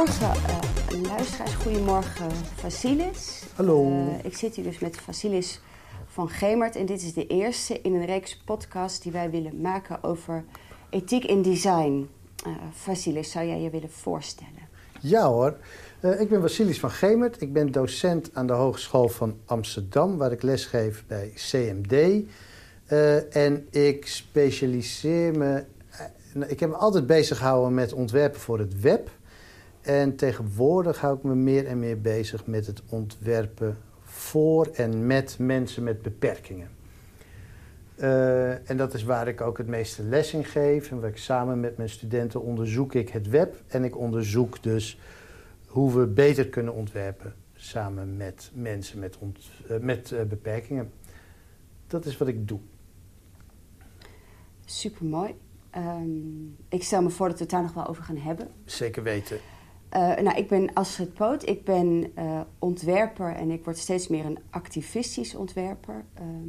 Goedemorgen luisteraars, goedemorgen Vasilis. Hallo. Ik zit hier dus met Vasilis van Gemert en dit is de eerste in een reeks podcast die wij willen maken over ethiek in design. Vasilis, zou jij je willen voorstellen? Ja hoor, ik ben Vasilis van Gemert. Ik ben docent aan de Hogeschool van Amsterdam, waar ik lesgeef bij CMD. En ik specialiseer me... Ik heb me altijd bezig gehouden met ontwerpen voor het web. En tegenwoordig hou ik me meer en meer bezig met het ontwerpen voor en met mensen met beperkingen. En dat is waar ik ook het meeste les in geef. En waar ik samen met mijn studenten onderzoek ik het web. En ik onderzoek dus hoe we beter kunnen ontwerpen samen met mensen met beperkingen. Dat is wat ik doe. Supermooi. Ik stel me voor dat we het daar nog wel over gaan hebben. Zeker weten. Ik ben Astrid Poot, ik ben ontwerper en ik word steeds meer een activistisch ontwerper.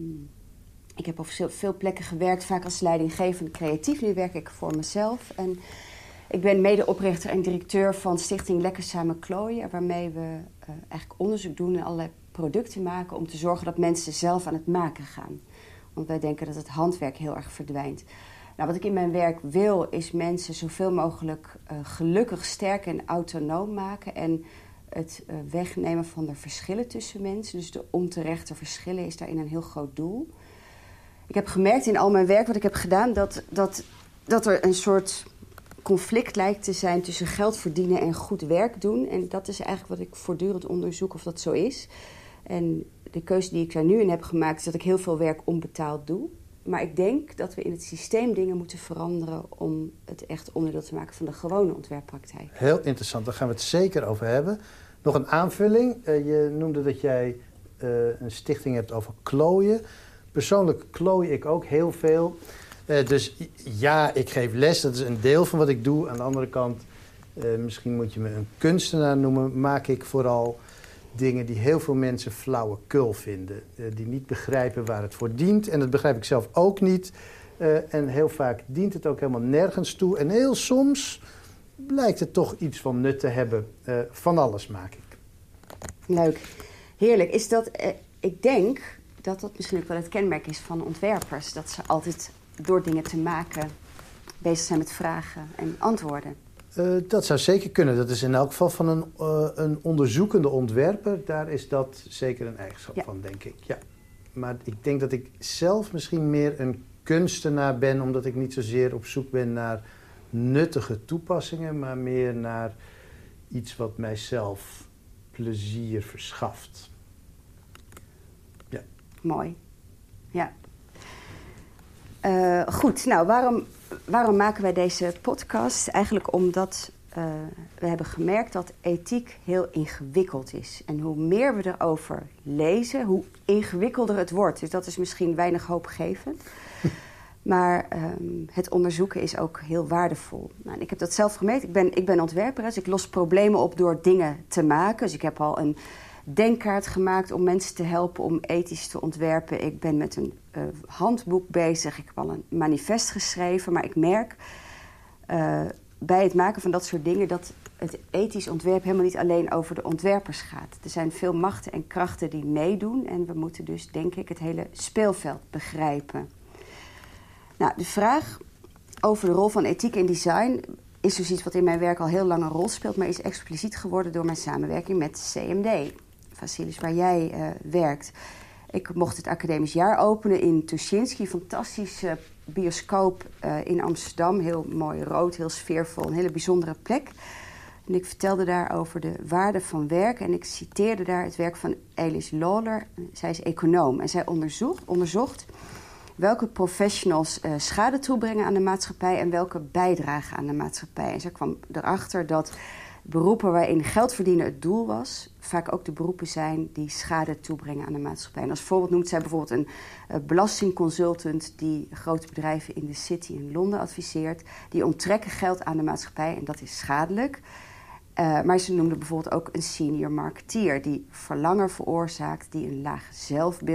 Ik heb op veel plekken gewerkt, vaak als leidinggevende creatief. Nu werk ik voor mezelf. En ik ben medeoprichter en directeur van Stichting Lekker Samen Klooien, waarmee we eigenlijk onderzoek doen en allerlei producten maken om te zorgen dat mensen zelf aan het maken gaan. Want wij denken dat het handwerk heel erg verdwijnt. Nou, wat ik in mijn werk wil, is mensen zoveel mogelijk gelukkig, sterk en autonoom maken. En het wegnemen van de verschillen tussen mensen. Dus de onterechte verschillen is daarin een heel groot doel. Ik heb gemerkt in al mijn werk wat ik heb gedaan, dat er een soort conflict lijkt te zijn tussen geld verdienen en goed werk doen. En dat is eigenlijk wat ik voortdurend onderzoek of dat zo is. En de keuze die ik daar nu in heb gemaakt is dat ik heel veel werk onbetaald doe. Maar ik denk dat we in het systeem dingen moeten veranderen om het echt onderdeel te maken van de gewone ontwerppraktijk. Heel interessant, daar gaan we het zeker over hebben. Nog een aanvulling. Je noemde dat jij een stichting hebt over klooien. Persoonlijk klooi ik ook heel veel. Dus ja, ik geef les, dat is een deel van wat ik doe. Aan de andere kant, misschien moet je me een kunstenaar noemen, maak ik vooral dingen die heel veel mensen flauwekul vinden. Die niet begrijpen waar het voor dient. En dat begrijp ik zelf ook niet. En heel vaak dient het ook helemaal nergens toe. En heel soms blijkt het toch iets van nut te hebben. Van alles maak ik. Leuk. Heerlijk. Is dat, ik denk dat dat misschien ook wel het kenmerk is van ontwerpers. Dat ze altijd door dingen te maken bezig zijn met vragen en antwoorden. Dat zou zeker kunnen. Dat is in elk geval van een onderzoekende ontwerper. Daar is dat zeker een eigenschap van, denk ik. Ja. Maar ik denk dat ik zelf misschien meer een kunstenaar ben, omdat ik niet zozeer op zoek ben naar nuttige toepassingen, maar meer naar iets wat mijzelf plezier verschaft. Ja. Mooi. Ja. Goed, nou, waarom maken wij deze podcast? Eigenlijk omdat we hebben gemerkt dat ethiek heel ingewikkeld is. En hoe meer we erover lezen, hoe ingewikkelder het wordt. Dus dat is misschien weinig hoopgevend. Maar het onderzoeken is ook heel waardevol. Nou, ik heb dat zelf gemerkt. Ik ben ontwerper, dus ik los problemen op door dingen te maken. Dus ik heb al een denkkaart gemaakt om mensen te helpen om ethisch te ontwerpen. Ik ben met een handboek bezig. Ik heb al een manifest geschreven. Maar ik merk bij het maken van dat soort dingen dat het ethisch ontwerp helemaal niet alleen over de ontwerpers gaat. Er zijn veel machten en krachten die meedoen. En we moeten dus, denk ik, het hele speelveld begrijpen. Nou, de vraag over de rol van ethiek in design is dus iets wat in mijn werk al heel lang een rol speelt, maar is expliciet geworden door mijn samenwerking met CMD. Vasilis, waar jij werkt. Ik mocht het academisch jaar openen in Tuschinski, fantastische bioscoop in Amsterdam. Heel mooi rood, heel sfeervol, een hele bijzondere plek. En ik vertelde daar over de waarde van werk en ik citeerde daar het werk van Alice Lawler. Zij is econoom en zij onderzocht welke professionals schade toebrengen aan de maatschappij en welke bijdragen aan de maatschappij. En zij kwam erachter dat beroepen waarin geld verdienen het doel was, vaak ook de beroepen zijn die schade toebrengen aan de maatschappij. En als voorbeeld noemt zij bijvoorbeeld een belastingconsultant die grote bedrijven in de City in Londen adviseert. Die onttrekken geld aan de maatschappij en dat is schadelijk. Maar ze noemde bijvoorbeeld ook een senior marketeer die verlangen veroorzaakt, die een laag zelfbeeld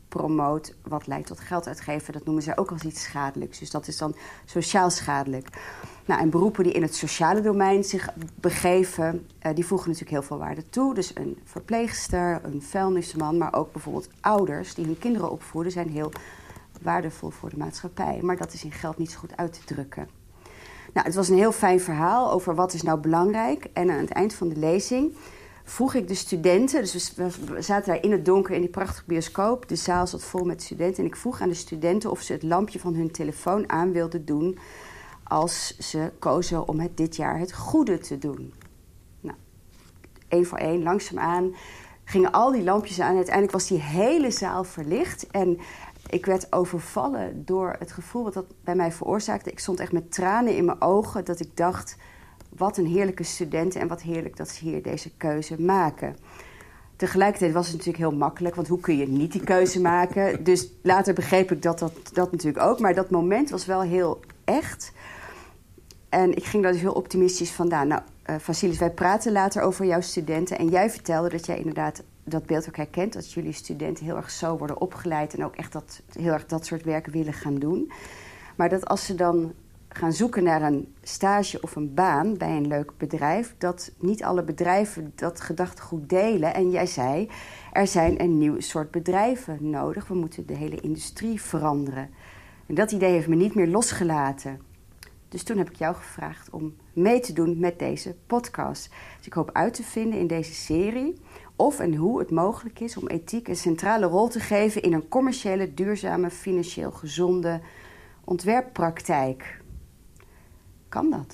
promoot wat leidt tot geld uitgeven. Dat noemen zij ook als iets schadelijks. Dus dat is dan sociaal schadelijk. Nou, en beroepen die in het sociale domein zich begeven, die voegen natuurlijk heel veel waarde toe. Dus een verpleegster, een vuilnisman, maar ook bijvoorbeeld ouders die hun kinderen opvoeden, zijn heel waardevol voor de maatschappij. Maar dat is in geld niet zo goed uit te drukken. Nou, het was een heel fijn verhaal over wat is nou belangrijk. En aan het eind van de lezing vroeg ik de studenten, dus we zaten daar in het donker in die prachtige bioscoop. De zaal zat vol met studenten. En ik vroeg aan de studenten of ze het lampje van hun telefoon aan wilden doen als ze kozen om dit jaar het goede te doen. Nou, 1 voor 1, langzaamaan gingen al die lampjes aan. Uiteindelijk was die hele zaal verlicht. En ik werd overvallen door het gevoel wat dat bij mij veroorzaakte. Ik stond echt met tranen in mijn ogen dat ik dacht, wat een heerlijke studenten en wat heerlijk dat ze hier deze keuze maken. Tegelijkertijd was het natuurlijk heel makkelijk, want hoe kun je niet die keuze maken? Dus later begreep ik dat natuurlijk ook. Maar dat moment was wel heel echt. En ik ging daar dus heel optimistisch vandaan. Nou, Vasilis, wij praten later over jouw studenten. En jij vertelde dat jij inderdaad dat beeld ook herkent. Dat jullie studenten heel erg zo worden opgeleid. En ook echt heel erg dat soort werk willen gaan doen. Maar dat als ze dan gaan zoeken naar een stage of een baan bij een leuk bedrijf, dat niet alle bedrijven dat gedachtegoed delen. En jij zei, er zijn een nieuw soort bedrijven nodig. We moeten de hele industrie veranderen. En dat idee heeft me niet meer losgelaten. Dus toen heb ik jou gevraagd om mee te doen met deze podcast. Dus ik hoop uit te vinden in deze serie of en hoe het mogelijk is om ethiek een centrale rol te geven in een commerciële, duurzame, financieel gezonde ontwerppraktijk. Kan dat?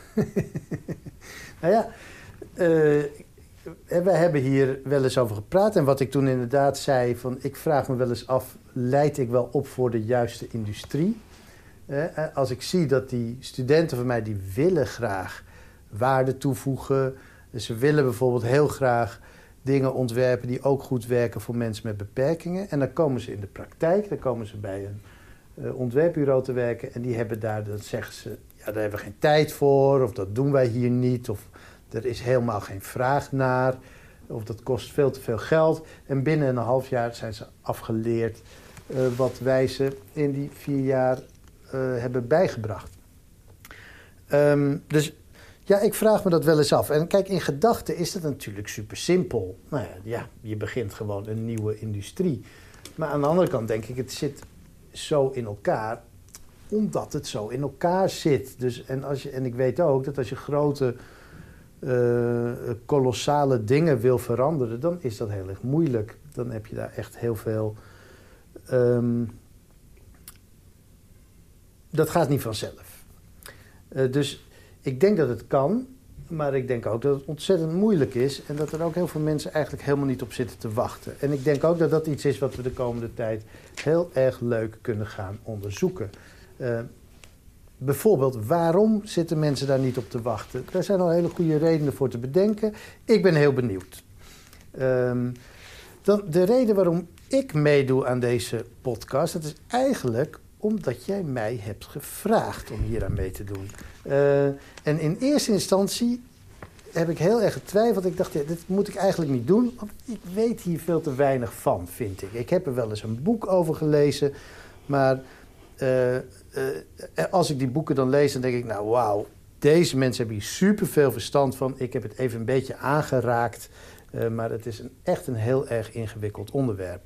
Nou ja, we hebben hier wel eens over gepraat. En wat ik toen inderdaad zei, van ik vraag me wel eens af, leid ik wel op voor de juiste industrie? Als ik zie dat die studenten van mij, die willen graag waarde toevoegen. Dus ze willen bijvoorbeeld heel graag dingen ontwerpen die ook goed werken voor mensen met beperkingen. En dan komen ze in de praktijk, dan komen ze bij een ontwerpbureau te werken. En die hebben dan zeggen ze, ja, daar hebben we geen tijd voor, of dat doen wij hier niet, of er is helemaal geen vraag naar, of dat kost veel te veel geld. En binnen een half jaar zijn ze afgeleerd wat wij ze in die 4 jaar hebben bijgebracht. Dus ja, ik vraag me dat wel eens af. En kijk, in gedachten is dat natuurlijk super simpel. Nou ja, je begint gewoon een nieuwe industrie. Maar aan de andere kant denk ik, het zit zo in elkaar, omdat het zo in elkaar zit. Dus, en ik weet ook dat als je grote, kolossale dingen wil veranderen, dan is dat heel erg moeilijk. Dan heb je daar echt heel veel. Dat gaat niet vanzelf. Dus ik denk dat het kan, maar ik denk ook dat het ontzettend moeilijk is en dat er ook heel veel mensen eigenlijk helemaal niet op zitten te wachten. En ik denk ook dat dat iets is wat we de komende tijd heel erg leuk kunnen gaan onderzoeken. Bijvoorbeeld, waarom zitten mensen daar niet op te wachten? Daar zijn al hele goede redenen voor te bedenken. Ik ben heel benieuwd. Dan de reden waarom ik meedoe aan deze podcast, dat is eigenlijk omdat jij mij hebt gevraagd om hier aan mee te doen. En in eerste instantie heb ik heel erg getwijfeld. Ik dacht, ja, dit moet ik eigenlijk niet doen, want ik weet hier veel te weinig van, vind ik. Ik heb er wel eens een boek over gelezen, maar als ik die boeken dan lees, dan denk ik, nou wauw, deze mensen hebben hier superveel verstand van. Ik heb het even een beetje aangeraakt, maar het is echt een heel erg ingewikkeld onderwerp.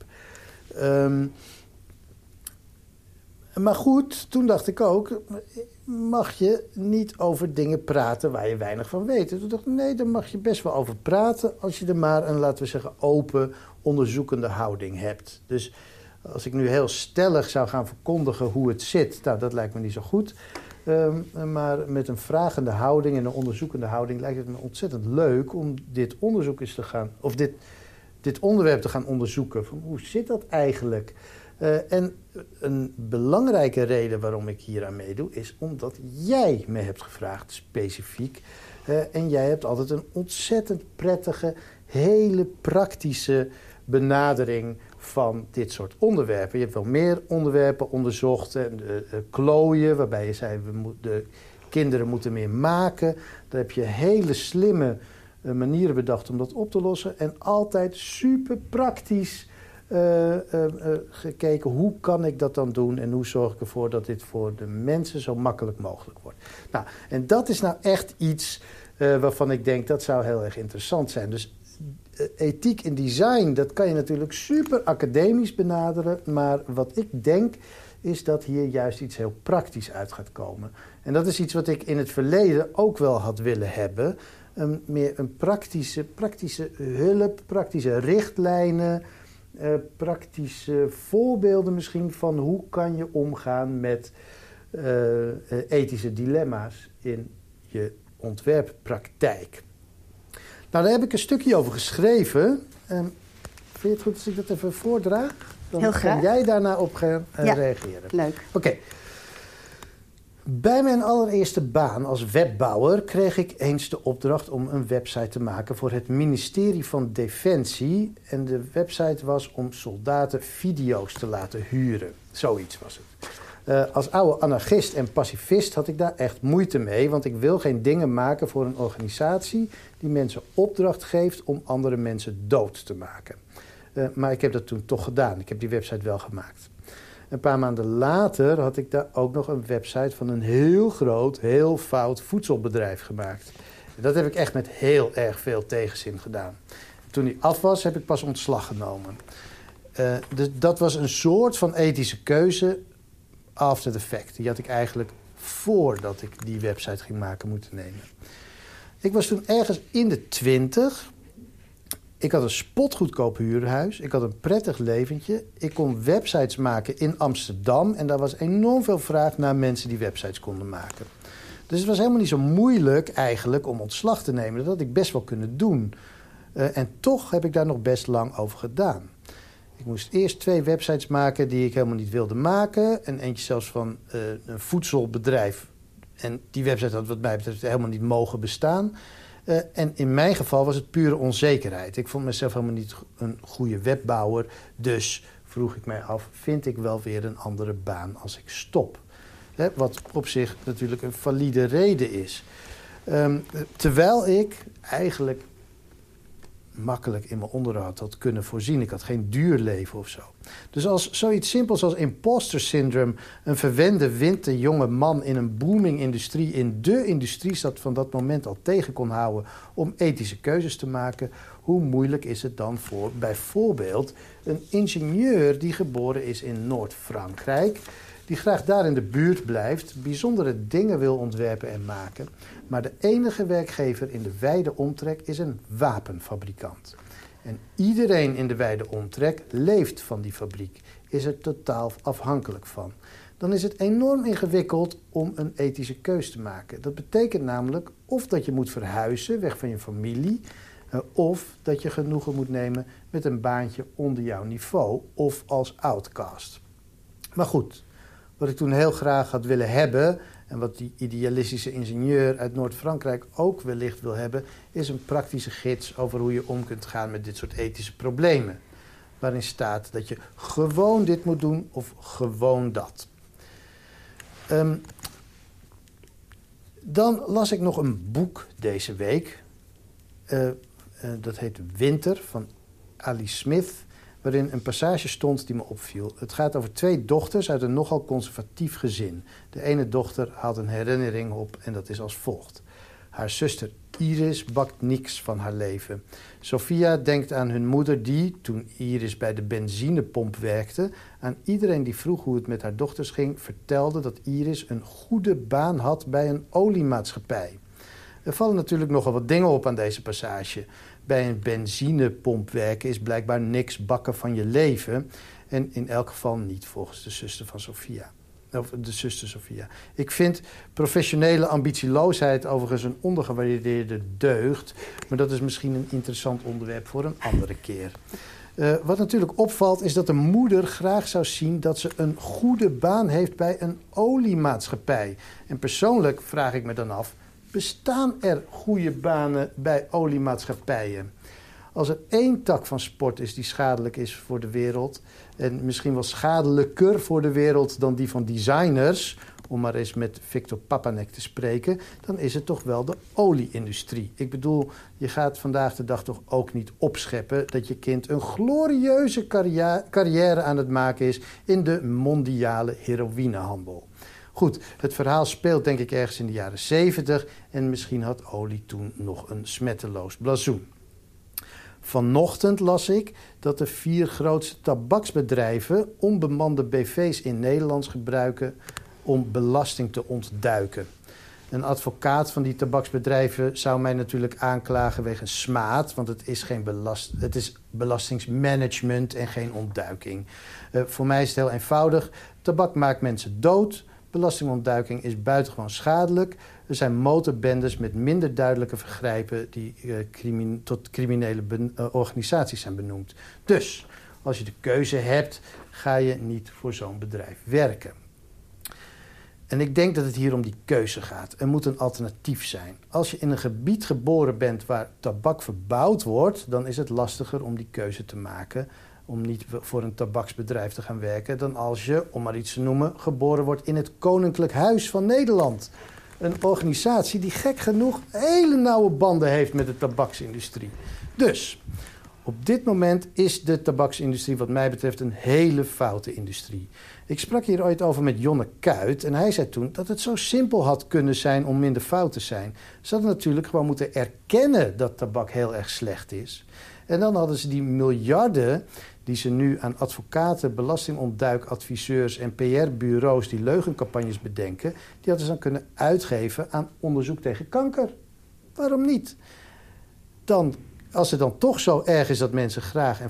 Maar goed, toen dacht ik ook, mag je niet over dingen praten waar je weinig van weet? Toen dacht ik, nee, daar mag je best wel over praten als je er maar een, laten we zeggen, open, onderzoekende houding hebt. Dus als ik nu heel stellig zou gaan verkondigen hoe het zit, nou, dat lijkt me niet zo goed. Maar met een vragende houding en een onderzoekende houding lijkt het me ontzettend leuk om dit onderzoek eens te gaan, of dit onderwerp te gaan onderzoeken. Van, hoe zit dat eigenlijk? En een belangrijke reden waarom ik hier aan meedoe is omdat jij me hebt gevraagd, specifiek. En jij hebt altijd een ontzettend prettige, hele praktische benadering van dit soort onderwerpen. Je hebt wel meer onderwerpen onderzocht. Klooien, waarbij je zei, de kinderen moeten meer maken. Daar heb je hele slimme manieren bedacht om dat op te lossen. En altijd super praktisch gekeken, hoe kan ik dat dan doen en hoe zorg ik ervoor dat dit voor de mensen zo makkelijk mogelijk wordt. Nou, en dat is nou echt iets waarvan ik denk dat zou heel erg interessant zijn. Dus ethiek in design, dat kan je natuurlijk super academisch benaderen, maar wat ik denk is dat hier juist iets heel praktisch uit gaat komen. En dat is iets wat ik in het verleden ook wel had willen hebben. Meer een praktische hulp, praktische richtlijnen, praktische voorbeelden misschien van hoe kan je omgaan met ethische dilemma's in je ontwerppraktijk. Nou, daar heb ik een stukje over geschreven. Vind je het goed als ik dat even voordraag? Dan heel graag. Kan jij daarna op gaan reageren. Leuk. Oké. Bij mijn allereerste baan als webbouwer kreeg ik eens de opdracht om een website te maken voor het ministerie van Defensie. En de website was om soldaten video's te laten huren. Zoiets was het. Als oude anarchist en pacifist had ik daar echt moeite mee, want ik wil geen dingen maken voor een organisatie die mensen opdracht geeft om andere mensen dood te maken. Maar ik heb dat toen toch gedaan. Ik heb die website wel gemaakt. Een paar maanden later had ik daar ook nog een website van een heel groot, heel fout voedselbedrijf gemaakt. Dat heb ik echt met heel erg veel tegenzin gedaan. Toen die af was, heb ik pas ontslag genomen. Dus dat was een soort van ethische keuze after the fact. Die had ik eigenlijk voordat ik die website ging maken moeten nemen. Ik was toen ergens in de 20. Ik had een spotgoedkoop huurhuis. Ik had een prettig leventje. Ik kon websites maken in Amsterdam. En daar was enorm veel vraag naar mensen die websites konden maken. Dus het was helemaal niet zo moeilijk eigenlijk om ontslag te nemen. Dat had ik best wel kunnen doen. En toch heb ik daar nog best lang over gedaan. Ik moest eerst 2 websites maken die ik helemaal niet wilde maken. En eentje zelfs van een voedselbedrijf. En die website had wat mij betreft helemaal niet mogen bestaan. En in mijn geval was het pure onzekerheid. Ik vond mezelf helemaal niet een goede webbouwer. Dus vroeg ik mij af, vind ik wel weer een andere baan als ik stop? Wat op zich natuurlijk een valide reden is. Terwijl ik eigenlijk makkelijk in mijn onderhoud had kunnen voorzien. Ik had geen duur leven of zo. Dus als zoiets simpels als imposter syndrome, een verwende witte jonge man in een booming industrie, in de industriestad van dat moment al tegen kon houden om ethische keuzes te maken, hoe moeilijk is het dan voor bijvoorbeeld een ingenieur die geboren is in Noord-Frankrijk, die graag daar in de buurt blijft, bijzondere dingen wil ontwerpen en maken, maar de enige werkgever in de wijde omtrek is een wapenfabrikant. En iedereen in de wijde omtrek leeft van die fabriek, is er totaal afhankelijk van. Dan is het enorm ingewikkeld om een ethische keus te maken. Dat betekent namelijk of dat je moet verhuizen, weg van je familie, of dat je genoegen moet nemen met een baantje onder jouw niveau of als outcast. Maar goed, wat ik toen heel graag had willen hebben, en wat die idealistische ingenieur uit Noord-Frankrijk ook wellicht wil hebben, is een praktische gids over hoe je om kunt gaan met dit soort ethische problemen. Waarin staat dat je gewoon dit moet doen of gewoon dat. Dan las ik nog een boek deze week. Dat heet Winter van Ali Smith, waarin een passage stond die me opviel. Het gaat over 2 dochters uit een nogal conservatief gezin. De ene dochter haalt een herinnering op en dat is als volgt. Haar zuster Iris bakt niks van haar leven. Sophia denkt aan hun moeder die, toen Iris bij de benzinepomp werkte, aan iedereen die vroeg hoe het met haar dochters ging, vertelde dat Iris een goede baan had bij een oliemaatschappij. Er vallen natuurlijk nogal wat dingen op aan deze passage. Bij een benzinepomp werken is blijkbaar niks bakken van je leven. En in elk geval niet volgens de zuster van Sophia. Of de zuster Sophia. Ik vind professionele ambitieloosheid overigens een ondergewaardeerde deugd. Maar dat is misschien een interessant onderwerp voor een andere keer. Wat natuurlijk opvalt is dat de moeder graag zou zien dat ze een goede baan heeft bij een oliemaatschappij. En persoonlijk vraag ik me dan af, bestaan er goede banen bij oliemaatschappijen? Als er 1 tak van sport is die schadelijk is voor de wereld, en misschien wel schadelijker voor de wereld dan die van designers, om maar eens met Victor Papanek te spreken, dan is het toch wel de olie-industrie. Ik bedoel, je gaat vandaag de dag toch ook niet opscheppen dat je kind een glorieuze carrière aan het maken is in de mondiale heroïnehandel. Goed, het verhaal speelt denk ik ergens in de jaren 70 en misschien had olie toen nog een smetteloos blazoen. Vanochtend las ik dat de 4 grootste tabaksbedrijven onbemande BV's in Nederland gebruiken om belasting te ontduiken. Een advocaat van die tabaksbedrijven zou mij natuurlijk aanklagen wegens smaad, want het is belastingsmanagement en geen ontduiking. Voor mij is het heel eenvoudig. Tabak maakt mensen dood. Belastingontduiking is buitengewoon schadelijk. Er zijn motorbendes met minder duidelijke vergrijpen die tot criminele organisaties zijn benoemd. Dus, als je de keuze hebt, ga je niet voor zo'n bedrijf werken. En ik denk dat het hier om die keuze gaat. Er moet een alternatief zijn. Als je in een gebied geboren bent waar tabak verbouwd wordt, dan is het lastiger om die keuze te maken om niet voor een tabaksbedrijf te gaan werken, dan als je, om maar iets te noemen, geboren wordt in het Koninklijk Huis van Nederland. Een organisatie die gek genoeg hele nauwe banden heeft met de tabaksindustrie. Dus, op dit moment is de tabaksindustrie wat mij betreft een hele foute industrie. Ik sprak hier ooit over met Jonne Kuit en hij zei toen dat het zo simpel had kunnen zijn om minder fout te zijn. Ze hadden natuurlijk gewoon moeten erkennen dat tabak heel erg slecht is. En dan hadden ze die miljarden die ze nu aan advocaten, belastingontduikadviseurs en PR-bureaus die leugencampagnes bedenken, die hadden ze dan kunnen uitgeven aan onderzoek tegen kanker. Waarom niet? Als het dan toch zo erg is dat mensen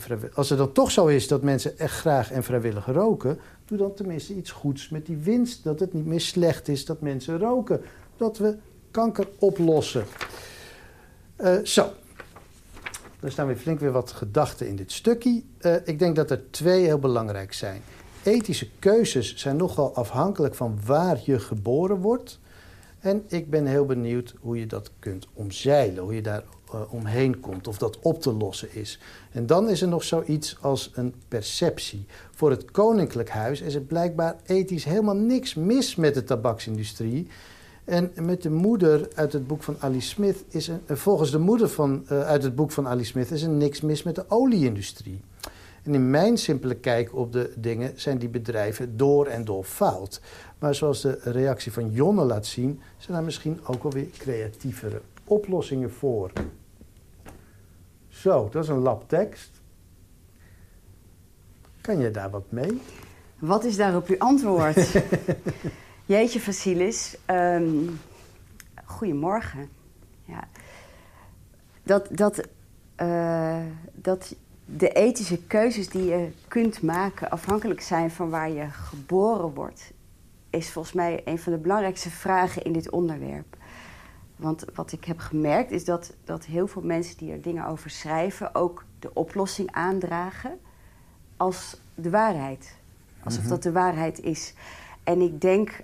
echt graag en vrijwillig roken, doe dan tenminste iets goeds met die winst. Dat het niet meer slecht is dat mensen roken. Dat we kanker oplossen. Er staan weer wat gedachten in dit stukje. Ik denk dat er 2 heel belangrijk zijn. Ethische keuzes zijn nogal afhankelijk van waar je geboren wordt. En ik ben heel benieuwd hoe je dat kunt omzeilen. Hoe je daar omheen komt. Of dat op te lossen is. En dan is er nog zoiets als een perceptie. Voor het Koninklijk Huis is er blijkbaar ethisch helemaal niks mis met de tabaksindustrie. En met de moeder uit het boek van Ali Smith volgens de moeder uit het boek van Ali Smith is er niks mis met de olie-industrie. En in mijn simpele kijk op de dingen zijn die bedrijven door en door fout. Maar zoals de reactie van Jonne laat zien, zijn daar misschien ook wel weer creatievere oplossingen voor. Zo, dat is een lap tekst. Kan je daar wat mee? Wat is daarop uw antwoord? Jeetje, Vasilis. Goedemorgen. Ja. Dat de ethische keuzes die je kunt maken afhankelijk zijn van waar je geboren wordt, is volgens mij een van de belangrijkste vragen in dit onderwerp. Want wat ik heb gemerkt is dat heel veel mensen die er dingen over schrijven ook de oplossing aandragen als de waarheid. Alsof dat de waarheid is. En ik denk,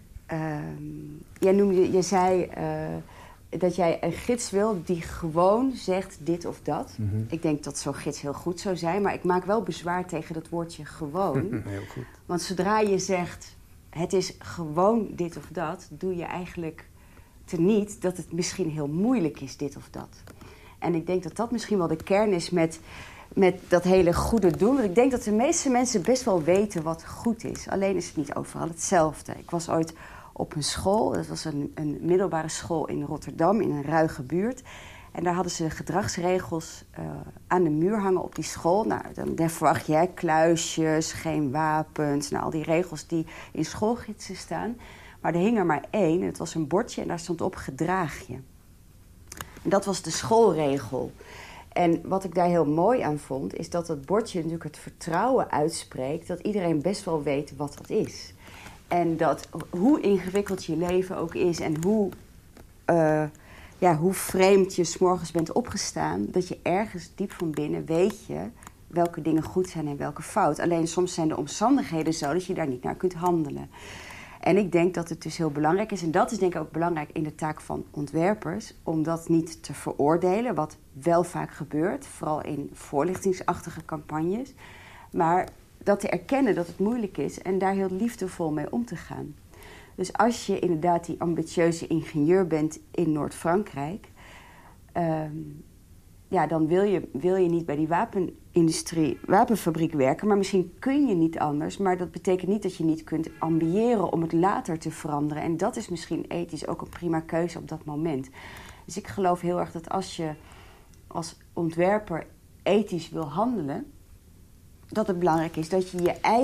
je zei dat jij een gids wil die gewoon zegt dit of dat. Mm-hmm. Ik denk dat zo'n gids heel goed zou zijn, maar ik maak wel bezwaar tegen dat woordje gewoon. Heel goed. Want zodra je zegt, het is gewoon dit of dat, doe je eigenlijk teniet dat het misschien heel moeilijk is, dit of dat. En ik denk dat dat misschien wel de kern is met dat hele goede doel. Want ik denk dat de meeste mensen best wel weten wat goed is. Alleen is het niet overal hetzelfde. Ik was ooit op een school. Dat was een middelbare school in Rotterdam, in een ruige buurt. En daar hadden ze gedragsregels aan de muur hangen op die school. Nou, dan verwacht je kluisjes, geen wapens. Nou, al die regels die in schoolgidsen staan. Maar er hing er maar 1. En het was een bordje en daar stond op gedraag je. En dat was de schoolregel. En wat ik daar heel mooi aan vond, is dat het bordje natuurlijk het vertrouwen uitspreekt dat iedereen best wel weet wat dat is. En dat hoe ingewikkeld je leven ook is en hoe vreemd je 's morgens bent opgestaan, dat je ergens diep van binnen weet je welke dingen goed zijn en welke fout. Alleen soms zijn de omstandigheden zo dat je daar niet naar kunt handelen. En ik denk dat het dus heel belangrijk is, en dat is denk ik ook belangrijk in de taak van ontwerpers, om dat niet te veroordelen, wat wel vaak gebeurt, vooral in voorlichtingsachtige campagnes, maar dat te erkennen dat het moeilijk is en daar heel liefdevol mee om te gaan. Dus als je inderdaad die ambitieuze ingenieur bent in Noord-Frankrijk, dan wil je niet bij die wapenfabriek werken, maar misschien kun je niet anders. Maar dat betekent niet dat je niet kunt ambiëren om het later te veranderen. En dat is misschien ethisch ook een prima keuze op dat moment. Dus ik geloof heel erg dat als je als ontwerper ethisch wil handelen, dat het belangrijk is dat je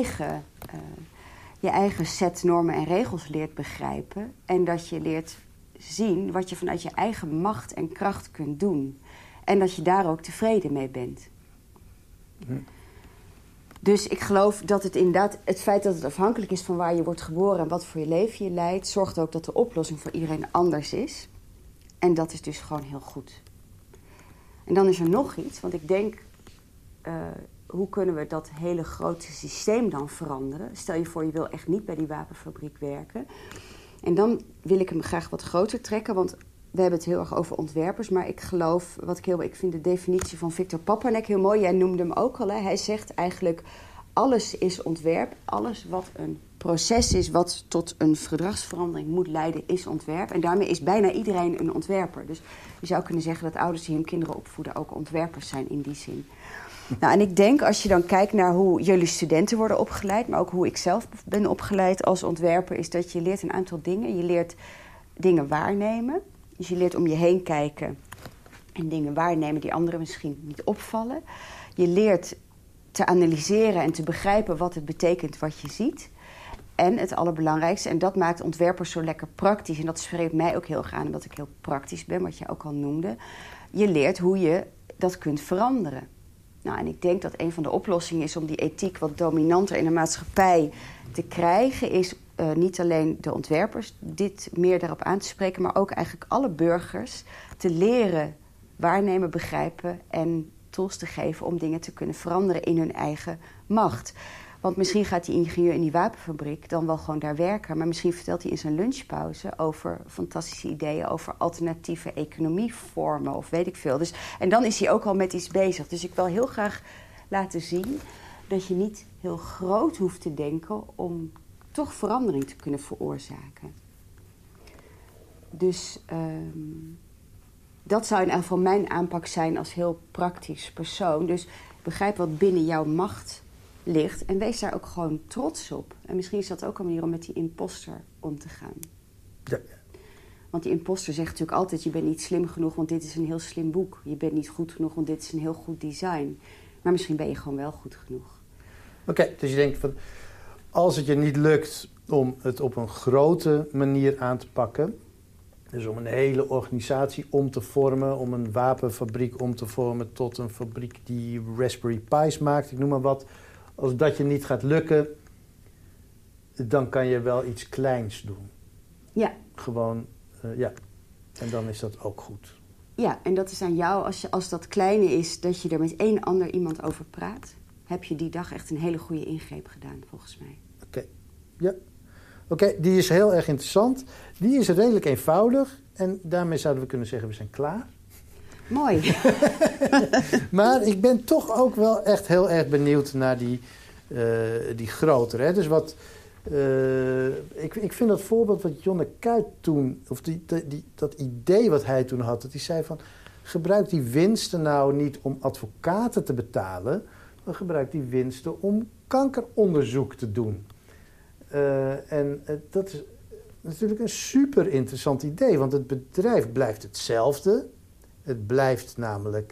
je eigen set normen en regels leert begrijpen. En dat je leert zien wat je vanuit je eigen macht en kracht kunt doen. En dat je daar ook tevreden mee bent. Dus ik geloof dat het inderdaad, het feit dat het afhankelijk is van waar je wordt geboren en wat voor je leven je leidt, zorgt ook dat de oplossing voor iedereen anders is. En dat is dus gewoon heel goed. En dan is er nog iets, want ik denk, hoe kunnen we dat hele grote systeem dan veranderen? Stel je voor, je wil echt niet bij die wapenfabriek werken. En dan wil ik hem graag wat groter trekken, want we hebben het heel erg over ontwerpers, maar ik geloof, ik vind de definitie van Victor Papanek heel mooi. Jij noemde hem ook al. Hè? Hij zegt eigenlijk, alles is ontwerp. Alles wat een proces is, wat tot een gedragsverandering moet leiden, is ontwerp. En daarmee is bijna iedereen een ontwerper. Dus je zou kunnen zeggen dat ouders die hun kinderen opvoeden ook ontwerpers zijn in die zin. Nou, en ik denk, als je dan kijkt naar hoe jullie studenten worden opgeleid, maar ook hoe ik zelf ben opgeleid als ontwerper, is dat je leert een aantal dingen. Je leert dingen waarnemen. Dus je leert om je heen kijken en dingen waarnemen die anderen misschien niet opvallen. Je leert te analyseren en te begrijpen wat het betekent wat je ziet. En het allerbelangrijkste, en dat maakt ontwerpers zo lekker praktisch, en dat spreekt mij ook heel erg aan, omdat ik heel praktisch ben, wat je ook al noemde. Je leert hoe je dat kunt veranderen. Nou, en ik denk dat een van de oplossingen is om die ethiek wat dominanter in de maatschappij te krijgen, is niet alleen de ontwerpers dit meer daarop aan te spreken, maar ook eigenlijk alle burgers te leren waarnemen, begrijpen en tools te geven om dingen te kunnen veranderen in hun eigen macht. Want misschien gaat die ingenieur in die wapenfabriek dan wel gewoon daar werken, maar misschien vertelt hij in zijn lunchpauze over fantastische ideeën, over alternatieve economievormen of weet ik veel. Dus, en dan is hij ook al met iets bezig. Dus ik wil heel graag laten zien dat je niet heel groot hoeft te denken om toch verandering te kunnen veroorzaken. Dus dat zou in ieder geval mijn aanpak zijn als heel praktisch persoon. Dus begrijp wat binnen jouw macht ligt en wees daar ook gewoon trots op. En misschien is dat ook een manier om met die imposter om te gaan. Ja. Want die imposter zegt natuurlijk altijd, je bent niet slim genoeg, want dit is een heel slim boek. Je bent niet goed genoeg, want dit is een heel goed design. Maar misschien ben je gewoon wel goed genoeg. Oké, dus je denkt van, als het je niet lukt om het op een grote manier aan te pakken, dus om een hele organisatie om te vormen, om een wapenfabriek om te vormen tot een fabriek die Raspberry Pi's maakt, ik noem maar wat. Als dat je niet gaat lukken, dan kan je wel iets kleins doen. Ja. Gewoon, ja. En dan is dat ook goed. Ja, en dat is aan jou, als dat kleine is, dat je er met één ander iemand over praat, heb je die dag echt een hele goede ingreep gedaan, volgens mij. Oké. Ja. Oké, die is heel erg interessant. Die is redelijk eenvoudig. En daarmee zouden we kunnen zeggen, we zijn klaar. Mooi. Maar ik ben toch ook wel echt heel erg benieuwd naar die grotere. Hè? Dus wat, ik vind dat voorbeeld wat Jonne Kuyt toen, of dat idee wat hij toen had, dat hij zei van, gebruik die winsten nou niet om advocaten te betalen, maar gebruik die winsten om kankeronderzoek te doen. Dat is natuurlijk een super interessant idee, want het bedrijf blijft hetzelfde. Het blijft namelijk,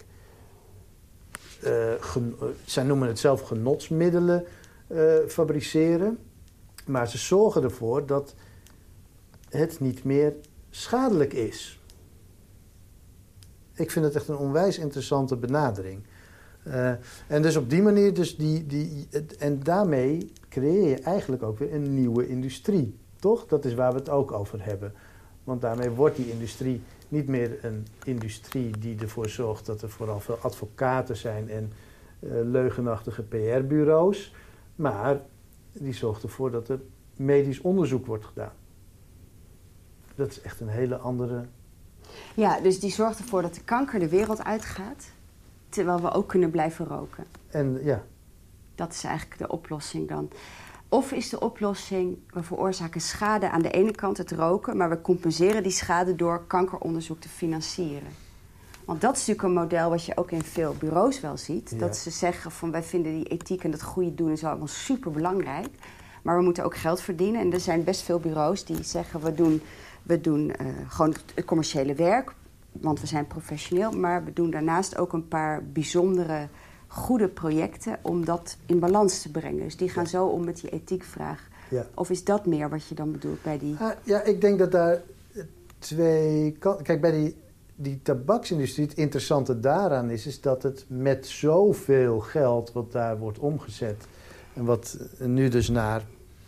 zij noemen het zelf genotsmiddelen fabriceren. Maar ze zorgen ervoor dat het niet meer schadelijk is. Ik vind het echt een onwijs interessante benadering. En dus op die manier, dus en daarmee creëer je eigenlijk ook weer een nieuwe industrie. Toch? Dat is waar we het ook over hebben. Want daarmee wordt die industrie niet meer een industrie die ervoor zorgt dat er vooral veel advocaten zijn en leugenachtige PR-bureaus. Maar die zorgt ervoor dat er medisch onderzoek wordt gedaan. Dat is echt een hele andere. Ja, dus die zorgt ervoor dat de kanker de wereld uitgaat, terwijl we ook kunnen blijven roken. En ja. Dat is eigenlijk de oplossing dan. Of is de oplossing, we veroorzaken schade aan de ene kant, het roken, maar we compenseren die schade door kankeronderzoek te financieren. Want dat is natuurlijk een model wat je ook in veel bureaus wel ziet. Ja. Dat ze zeggen van wij vinden die ethiek en dat goede doen is allemaal super belangrijk. Maar we moeten ook geld verdienen. En er zijn best veel bureaus die zeggen we doen gewoon het commerciële werk. Want we zijn professioneel. Maar we doen daarnaast ook een paar bijzondere goede projecten om dat in balans te brengen. Dus die gaan zo om met die ethiekvraag. Ja. Of is dat meer wat je dan bedoelt bij die... Ja, ik denk dat daar twee... Kijk, bij die tabaksindustrie, het interessante daaraan is dat het met zoveel geld wat daar wordt omgezet en wat nu dus naar,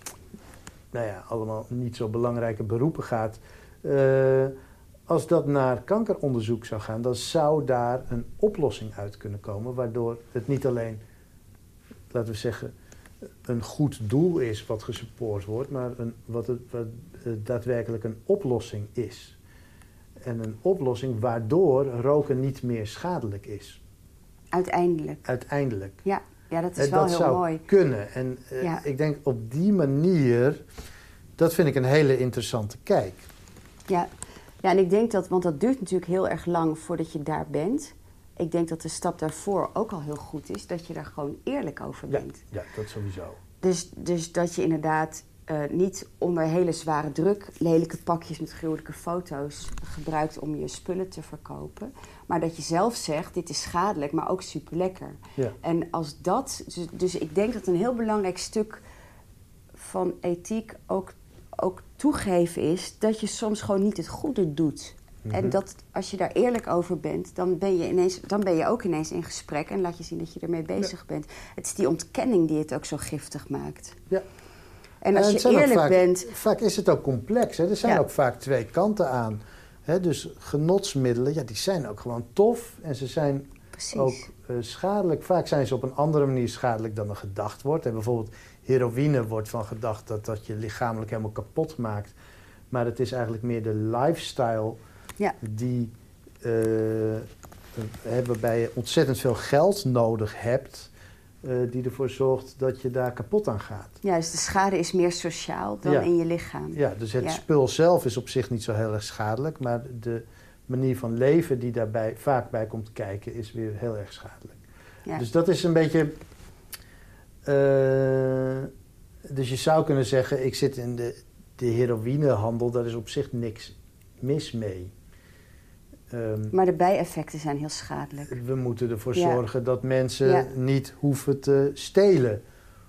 allemaal niet zo belangrijke beroepen gaat. Als dat naar kankeronderzoek zou gaan, dan zou daar een oplossing uit kunnen komen, waardoor het niet alleen, laten we zeggen, een goed doel is wat gesupport wordt, maar wat daadwerkelijk een oplossing is. En een oplossing waardoor roken niet meer schadelijk is. Uiteindelijk. Ja, dat is wel heel mooi. Dat zou kunnen. En ik denk op die manier, dat vind ik een hele interessante kijk. Ja, en ik denk dat, want dat duurt natuurlijk heel erg lang voordat je daar bent. Ik denk dat de stap daarvoor ook al heel goed is, dat je daar gewoon eerlijk over bent. Ja, dat sowieso. Dus dat je inderdaad niet onder hele zware druk lelijke pakjes met gruwelijke foto's gebruikt om je spullen te verkopen. Maar dat je zelf zegt, dit is schadelijk, maar ook super lekker. Ja. En als dat, dus ik denk dat een heel belangrijk stuk van ethiek ook toegeven is dat je soms gewoon niet het goede doet. Mm-hmm. En dat als je daar eerlijk over bent, dan ben je ook ineens in gesprek en laat je zien dat je ermee bezig bent. Het is die ontkenning die het ook zo giftig maakt. Ja. En als je eerlijk bent... Vaak is het ook complex. Hè? Er zijn ook vaak twee kanten aan. Hè? Dus genotsmiddelen, die zijn ook gewoon tof. En ze zijn ook schadelijk. Vaak zijn ze op een andere manier schadelijk dan er gedacht wordt. En bijvoorbeeld heroïne wordt van gedacht dat je lichamelijk helemaal kapot maakt. Maar het is eigenlijk meer de lifestyle die... waarbij je ontzettend veel geld nodig hebt... die ervoor zorgt dat je daar kapot aan gaat. Ja, dus de schade is meer sociaal dan in je lichaam. Ja, dus het spul zelf is op zich niet zo heel erg schadelijk... maar de manier van leven die daarbij vaak bij komt kijken... is weer heel erg schadelijk. Ja. Dus dat is een beetje... dus je zou kunnen zeggen... ik zit in de heroïnehandel, daar is op zich niks mis mee... maar de bijeffecten zijn heel schadelijk. We moeten ervoor zorgen dat mensen niet hoeven te stelen.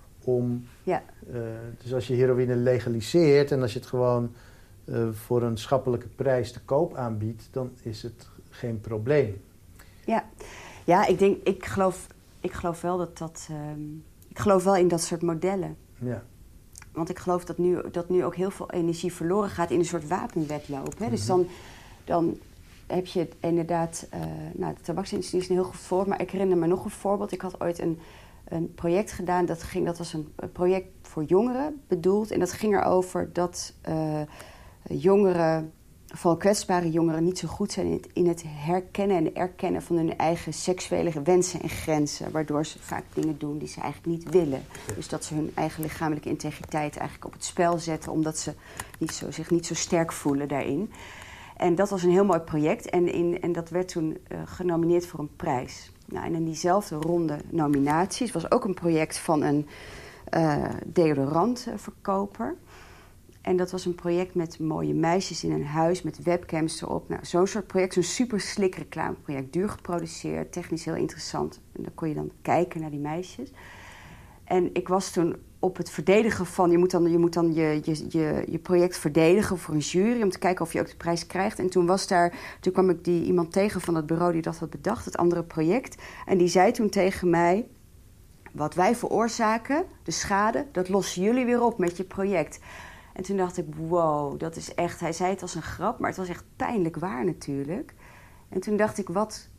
Dus als je heroïne legaliseert en als je het gewoon voor een schappelijke prijs te koop aanbiedt, dan is het geen probleem. Ja, ik geloof wel ik geloof wel in dat soort modellen. Ja. Want ik geloof dat nu ook heel veel energie verloren gaat in een soort wapenwedloop. Hè? Dus dan heb je inderdaad... de tabaksindustrie is een heel goed voorbeeld, maar ik herinner me nog een voorbeeld. Ik had ooit een project gedaan, dat was een project voor jongeren bedoeld. En dat ging erover dat jongeren, vooral kwetsbare jongeren, niet zo goed zijn in het herkennen en erkennen van hun eigen seksuele wensen en grenzen. Waardoor ze vaak dingen doen die ze eigenlijk niet willen. Dus dat ze hun eigen lichamelijke integriteit eigenlijk op het spel zetten, omdat ze zich niet zo sterk voelen daarin. En dat was een heel mooi project en dat werd toen genomineerd voor een prijs. Nou, en in diezelfde ronde nominaties was ook een project van een deodorantverkoper. En dat was een project met mooie meisjes in een huis met webcams erop. Nou, zo'n soort project, zo'n super slik reclameproject. Duur geproduceerd, technisch heel interessant. En dan kon je dan kijken naar die meisjes. En ik was toen op het verdedigen van... Je moet dan je project verdedigen voor een jury... om te kijken of je ook de prijs krijgt. En toen kwam ik iemand tegen van het bureau die dat had bedacht... het andere project. En die zei toen tegen mij... wat wij veroorzaken, de schade... dat lossen jullie weer op met je project. En toen dacht ik, wow, dat is echt... Hij zei het als een grap, maar het was echt pijnlijk waar natuurlijk. En toen dacht ik,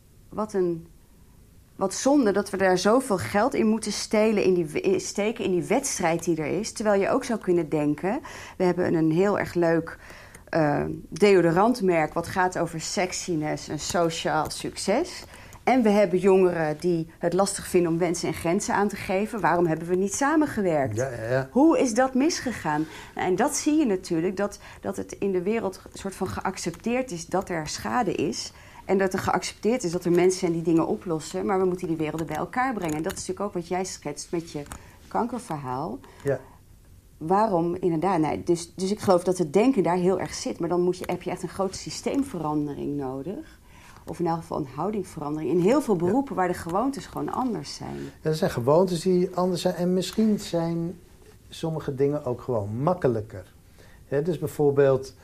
wat zonde dat we daar zoveel geld in moeten steken in die wedstrijd die er is. Terwijl je ook zou kunnen denken... we hebben een heel erg leuk deodorantmerk... wat gaat over sexiness en sociaal succes. En we hebben jongeren die het lastig vinden om wensen en grenzen aan te geven. Waarom hebben we niet samengewerkt? Ja. Hoe is dat misgegaan? En dat zie je natuurlijk, dat het in de wereld een soort van geaccepteerd is dat er schade is. En dat er geaccepteerd is dat er mensen zijn die dingen oplossen. Maar we moeten die werelden bij elkaar brengen. En dat is natuurlijk ook wat jij schetst met je kankerverhaal. Ja. Waarom inderdaad? Nee, dus ik geloof dat het denken daar heel erg zit. Maar dan heb je echt een grote systeemverandering nodig. Of in elk geval een houdingverandering. In heel veel beroepen waar de gewoontes gewoon anders zijn. Ja, er zijn gewoontes die anders zijn. En misschien zijn sommige dingen ook gewoon makkelijker. Dus bijvoorbeeld...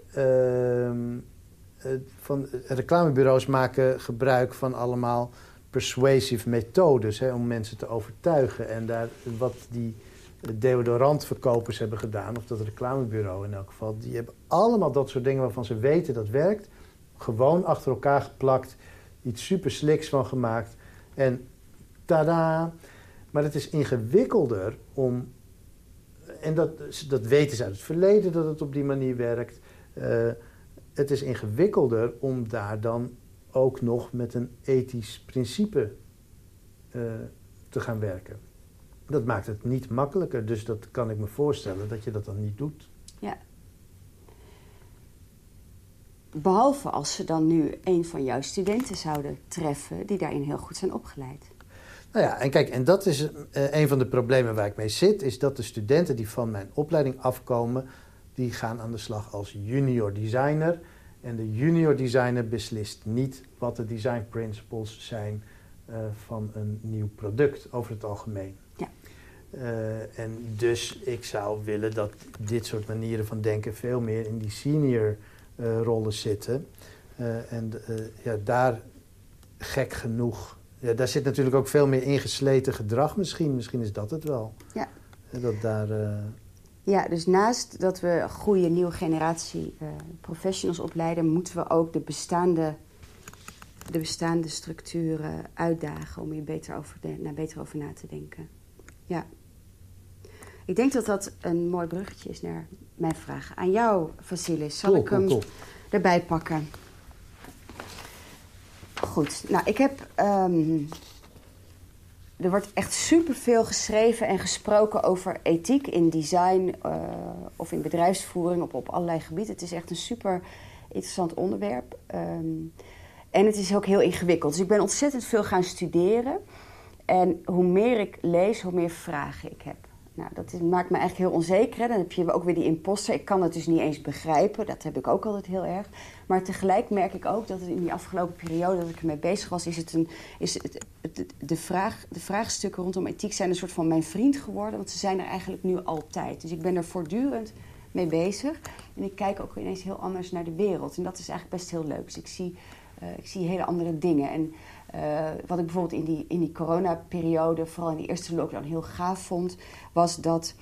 reclamebureaus maken gebruik van allemaal persuasive methodes om mensen te overtuigen. En daar wat die deodorantverkopers hebben gedaan, of dat reclamebureau in elk geval, die hebben allemaal dat soort dingen waarvan ze weten dat werkt, gewoon achter elkaar geplakt, iets super sliks van gemaakt. En tada! Maar het is ingewikkelder om, en dat weten ze uit het verleden dat het op die manier werkt. Het is ingewikkelder om daar dan ook nog met een ethisch principe te gaan werken. Dat maakt het niet makkelijker, dus dat kan ik me voorstellen dat je dat dan niet doet. Ja. Behalve als ze dan nu een van jouw studenten zouden treffen die daarin heel goed zijn opgeleid. Nou ja, en kijk, en dat is een van de problemen waar ik mee zit, is dat de studenten die van mijn opleiding afkomen, die gaan aan de slag als junior designer. En de junior designer beslist niet wat de design principles zijn van een nieuw product over het algemeen. Ja. En dus ik zou willen dat dit soort manieren van denken veel meer in die senior rollen zitten. Daar gek genoeg... Ja, daar zit natuurlijk ook veel meer ingesleten gedrag misschien. Misschien is dat het wel. Ja. Dat daar... Ja, dus naast dat we een goede nieuwe generatie professionals opleiden, moeten we ook de bestaande structuren uitdagen om hier beter over na te denken. Ja. Ik denk dat dat een mooi bruggetje is naar mijn vraag aan jou, Vasilis. Zal ik hem erbij pakken? Goed, nou ik heb... Er wordt echt superveel geschreven en gesproken over ethiek in design of in bedrijfsvoering op allerlei gebieden. Het is echt een super interessant onderwerp. En het is ook heel ingewikkeld. Dus ik ben ontzettend veel gaan studeren. En hoe meer ik lees, hoe meer vragen ik heb. Nou, dat maakt me eigenlijk heel onzeker. Hè? Dan heb je ook weer die imposter. Ik kan het dus niet eens begrijpen. Dat heb ik ook altijd heel erg. Maar tegelijk merk ik ook dat het in die afgelopen periode dat ik ermee bezig was, de vraagstukken rondom ethiek zijn een soort van mijn vriend geworden. Want ze zijn er eigenlijk nu altijd. Dus ik ben er voortdurend mee bezig. En ik kijk ook ineens heel anders naar de wereld. En dat is eigenlijk best heel leuk. Dus ik zie hele andere dingen. En wat ik bijvoorbeeld in die coronaperiode, vooral in die eerste lockdown, heel gaaf vond, was dat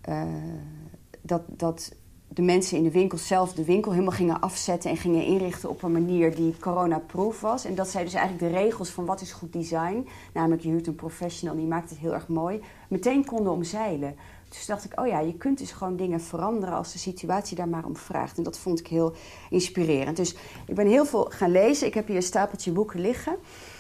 de mensen in de winkel zelf de winkel helemaal gingen afzetten en gingen inrichten op een manier die corona-proof was. En dat zij dus eigenlijk de regels van wat is goed design, namelijk je huurt een professional, die maakt het heel erg mooi, meteen konden omzeilen. Dus dacht ik, oh ja, je kunt dus gewoon dingen veranderen als de situatie daar maar om vraagt. En dat vond ik heel inspirerend. Dus ik ben heel veel gaan lezen. Ik heb hier een stapeltje boeken liggen.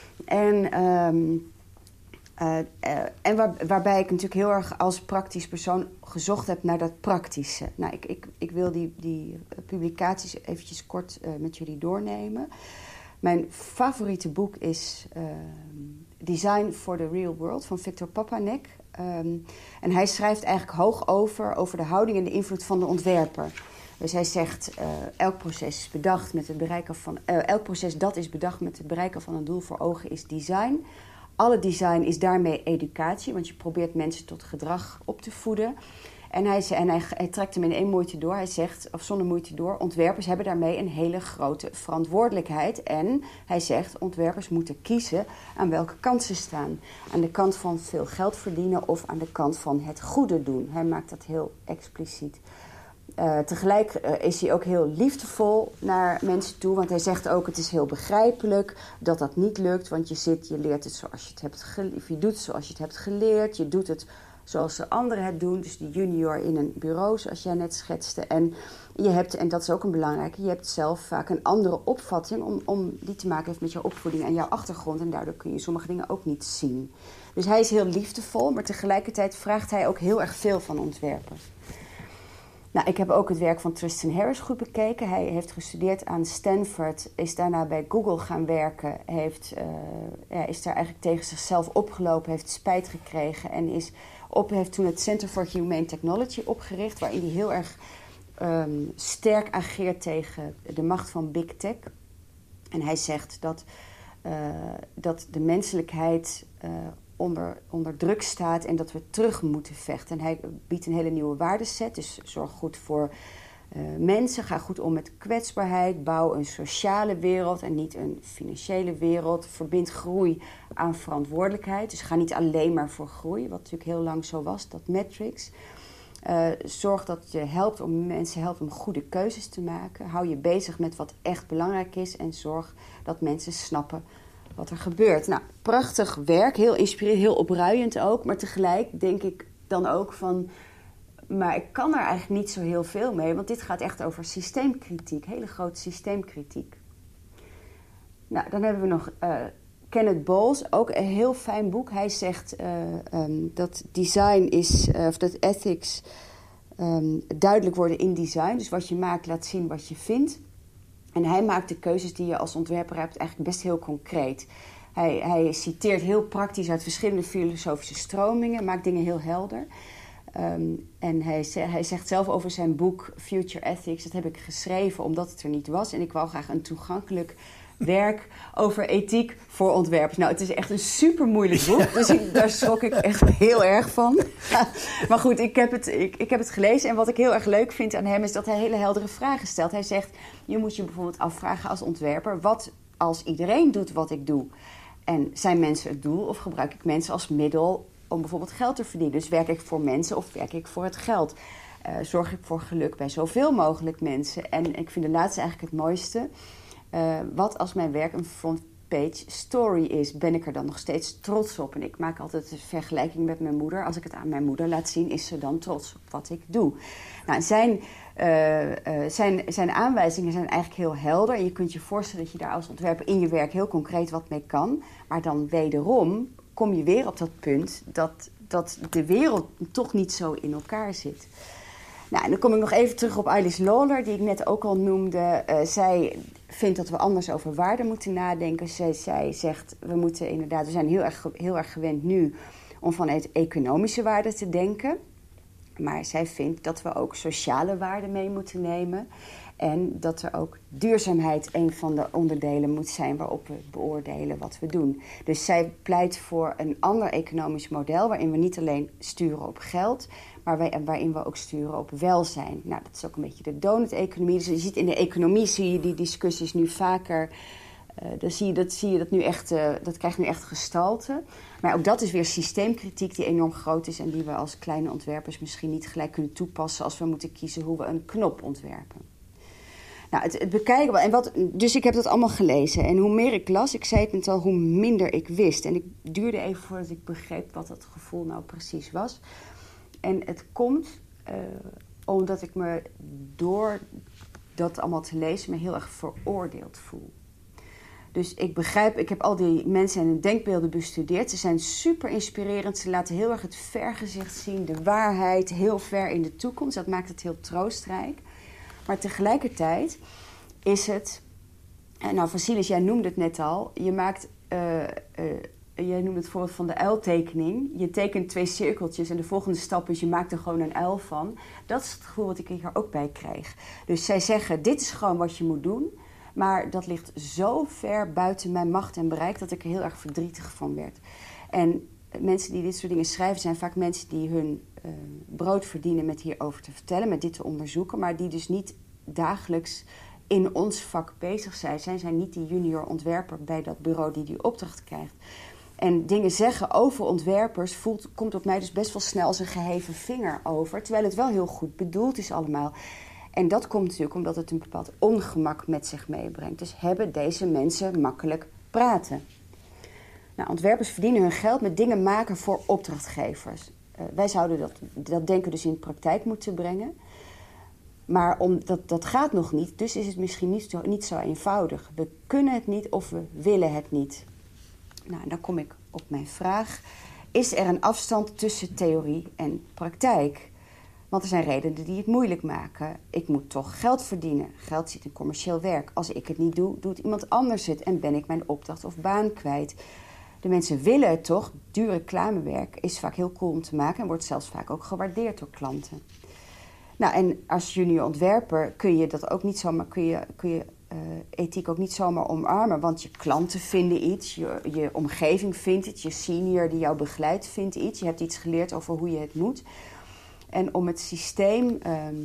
Waarbij ik natuurlijk heel erg als praktisch persoon gezocht heb naar dat praktische. Nou, ik wil die publicaties eventjes kort met jullie doornemen. Mijn favoriete boek is Design for the Real World van Victor Papanek. En hij schrijft eigenlijk hoog over de houding en de invloed van de ontwerper. Dus hij zegt, elk proces dat is bedacht met het bereiken van een doel voor ogen is design. Alle design is daarmee educatie, want je probeert mensen tot gedrag op te voeden. En hij trekt hem in één moeite door. Hij zegt, of zonder moeite door, ontwerpers hebben daarmee een hele grote verantwoordelijkheid. En hij zegt, ontwerpers moeten kiezen aan welke kant ze staan. Aan de kant van veel geld verdienen of aan de kant van het goede doen. Hij maakt dat heel expliciet. Tegelijk is hij ook heel liefdevol naar mensen toe. Want hij zegt ook, het is heel begrijpelijk dat dat niet lukt. Want je leert het zoals je het hebt geleerd. Je doet het zoals je het hebt geleerd. Je doet het zoals de anderen het doen. Dus de junior in een bureau, zoals jij net schetste. En je hebt, en dat is ook een belangrijke, je hebt zelf vaak een andere opvatting om die te maken heeft met jouw opvoeding en jouw achtergrond. En daardoor kun je sommige dingen ook niet zien. Dus hij is heel liefdevol, maar tegelijkertijd vraagt hij ook heel erg veel van ontwerpers. Nou, ik heb ook het werk van Tristan Harris goed bekeken. Hij heeft gestudeerd aan Stanford, is daarna bij Google gaan werken. Is daar eigenlijk tegen zichzelf opgelopen, heeft spijt gekregen en heeft toen het Center for Humane Technology opgericht, waarin hij heel erg sterk ageert tegen de macht van Big Tech. En hij zegt dat de menselijkheid onder druk staat en dat we terug moeten vechten. En hij biedt een hele nieuwe waardeset. Dus zorg goed voor mensen, ga goed om met kwetsbaarheid, bouw een sociale wereld en niet een financiële wereld. Verbind groei aan verantwoordelijkheid. Dus ga niet alleen maar voor groei, wat natuurlijk heel lang zo was, dat Matrix. Zorg dat je mensen helpt om goede keuzes te maken. Hou je bezig met wat echt belangrijk is en zorg dat mensen snappen wat er gebeurt. Nou, prachtig werk, heel inspirerend, heel opruiend ook. Maar tegelijk denk ik dan ook van, maar ik kan er eigenlijk niet zo heel veel mee, want dit gaat echt over systeemkritiek, hele grote systeemkritiek. Nou, dan hebben we nog Kenneth Bowles, ook een heel fijn boek. Hij zegt dat design is, of dat ethics duidelijk worden in design. Dus wat je maakt laat zien wat je vindt. En hij maakt de keuzes die je als ontwerper hebt eigenlijk best heel concreet. Hij citeert heel praktisch uit verschillende filosofische stromingen, maakt dingen heel helder. En hij zegt zelf over zijn boek Future Ethics, dat heb ik geschreven omdat het er niet was. En ik wou graag een toegankelijk werk over ethiek voor ontwerpers. Nou, het is echt een super moeilijk boek, dus daar schrok ik echt heel erg van. Maar goed, ik heb het gelezen en wat ik heel erg leuk vind aan hem is dat hij hele heldere vragen stelt. Hij zegt, je moet je bijvoorbeeld afvragen als ontwerper, wat als iedereen doet wat ik doe? En zijn mensen het doel of gebruik ik mensen als middel om bijvoorbeeld geld te verdienen? Dus werk ik voor mensen of werk ik voor het geld? Zorg ik voor geluk bij zoveel mogelijk mensen? En ik vind de laatste eigenlijk het mooiste. Wat als mijn werk een frontpage story is, ben ik er dan nog steeds trots op? En ik maak altijd een vergelijking met mijn moeder. Als ik het aan mijn moeder laat zien, is ze dan trots op wat ik doe. Nou, zijn aanwijzingen zijn eigenlijk heel helder. En je kunt je voorstellen dat je daar als ontwerper in je werk heel concreet wat mee kan. Maar dan wederom kom je weer op dat punt dat de wereld toch niet zo in elkaar zit. Nou, en dan kom ik nog even terug op Alice Lawler, die ik net ook al noemde. Zij vindt dat we anders over waarde moeten nadenken. Zij zegt, we zijn heel erg gewend nu om vanuit economische waarden te denken. Maar zij vindt dat we ook sociale waarden mee moeten nemen. En dat er ook duurzaamheid een van de onderdelen moet zijn waarop we beoordelen wat we doen. Dus zij pleit voor een ander economisch model waarin we niet alleen sturen op geld, maar waarin we ook sturen op welzijn. Nou, dat is ook een beetje de donut-economie. Dus je ziet in de economie zie je die discussies nu vaker. Dat krijgt nu echt gestalte. Maar ook dat is weer systeemkritiek die enorm groot is en die we als kleine ontwerpers misschien niet gelijk kunnen toepassen als we moeten kiezen hoe we een knop ontwerpen. Nou, het bekijken. Dus ik heb dat allemaal gelezen. En hoe meer ik las, ik zei het net al, hoe minder ik wist. En het duurde even voordat ik begreep wat dat gevoel nou precies was. En het komt omdat ik me door dat allemaal te lezen me heel erg veroordeeld voel. Dus ik heb al die mensen en hun denkbeelden bestudeerd. Ze zijn super inspirerend. Ze laten heel erg het vergezicht zien, de waarheid, heel ver in de toekomst. Dat maakt het heel troostrijk. Maar tegelijkertijd is het... Nou, Vasilis, jij noemde het net al. Jij noemde het voorbeeld van de uiltekening. Je tekent 2 cirkeltjes en de volgende stap is je maakt er gewoon een uil van. Dat is het gevoel wat ik hier ook bij kreeg. Dus zij zeggen, dit is gewoon wat je moet doen. Maar dat ligt zo ver buiten mijn macht en bereik dat ik er heel erg verdrietig van werd. En mensen die dit soort dingen schrijven zijn vaak mensen die hun brood verdienen met hierover te vertellen, met dit te onderzoeken, maar die dus niet dagelijks in ons vak bezig zijn. Zij zijn niet die junior ontwerper bij dat bureau die opdracht krijgt. En dingen zeggen over ontwerpers komt op mij dus best wel snel als een geheven vinger over, terwijl het wel heel goed bedoeld is allemaal. En dat komt natuurlijk omdat het een bepaald ongemak met zich meebrengt. Dus hebben deze mensen makkelijk praten. Nou, ontwerpers verdienen hun geld met dingen maken voor opdrachtgevers. wij zouden dat denken dus in de praktijk moeten brengen. Maar dat gaat nog niet, dus is het misschien niet zo eenvoudig. We kunnen het niet of we willen het niet. Nou, dan kom ik op mijn vraag. Is er een afstand tussen theorie en praktijk? Want er zijn redenen die het moeilijk maken. Ik moet toch geld verdienen. Geld zit in commercieel werk. Als ik het niet doe, doet iemand anders het. En ben ik mijn opdracht of baan kwijt. De mensen willen het toch. Duur reclamewerk is vaak heel cool om te maken. En wordt zelfs vaak ook gewaardeerd door klanten. Nou, en als junior ontwerper kun je dat ook niet zomaar... kun je ethiek ook niet zomaar omarmen. Want je klanten vinden iets. Je omgeving vindt het. Je senior die jou begeleidt vindt iets. Je hebt iets geleerd over hoe je het moet. En om het systeem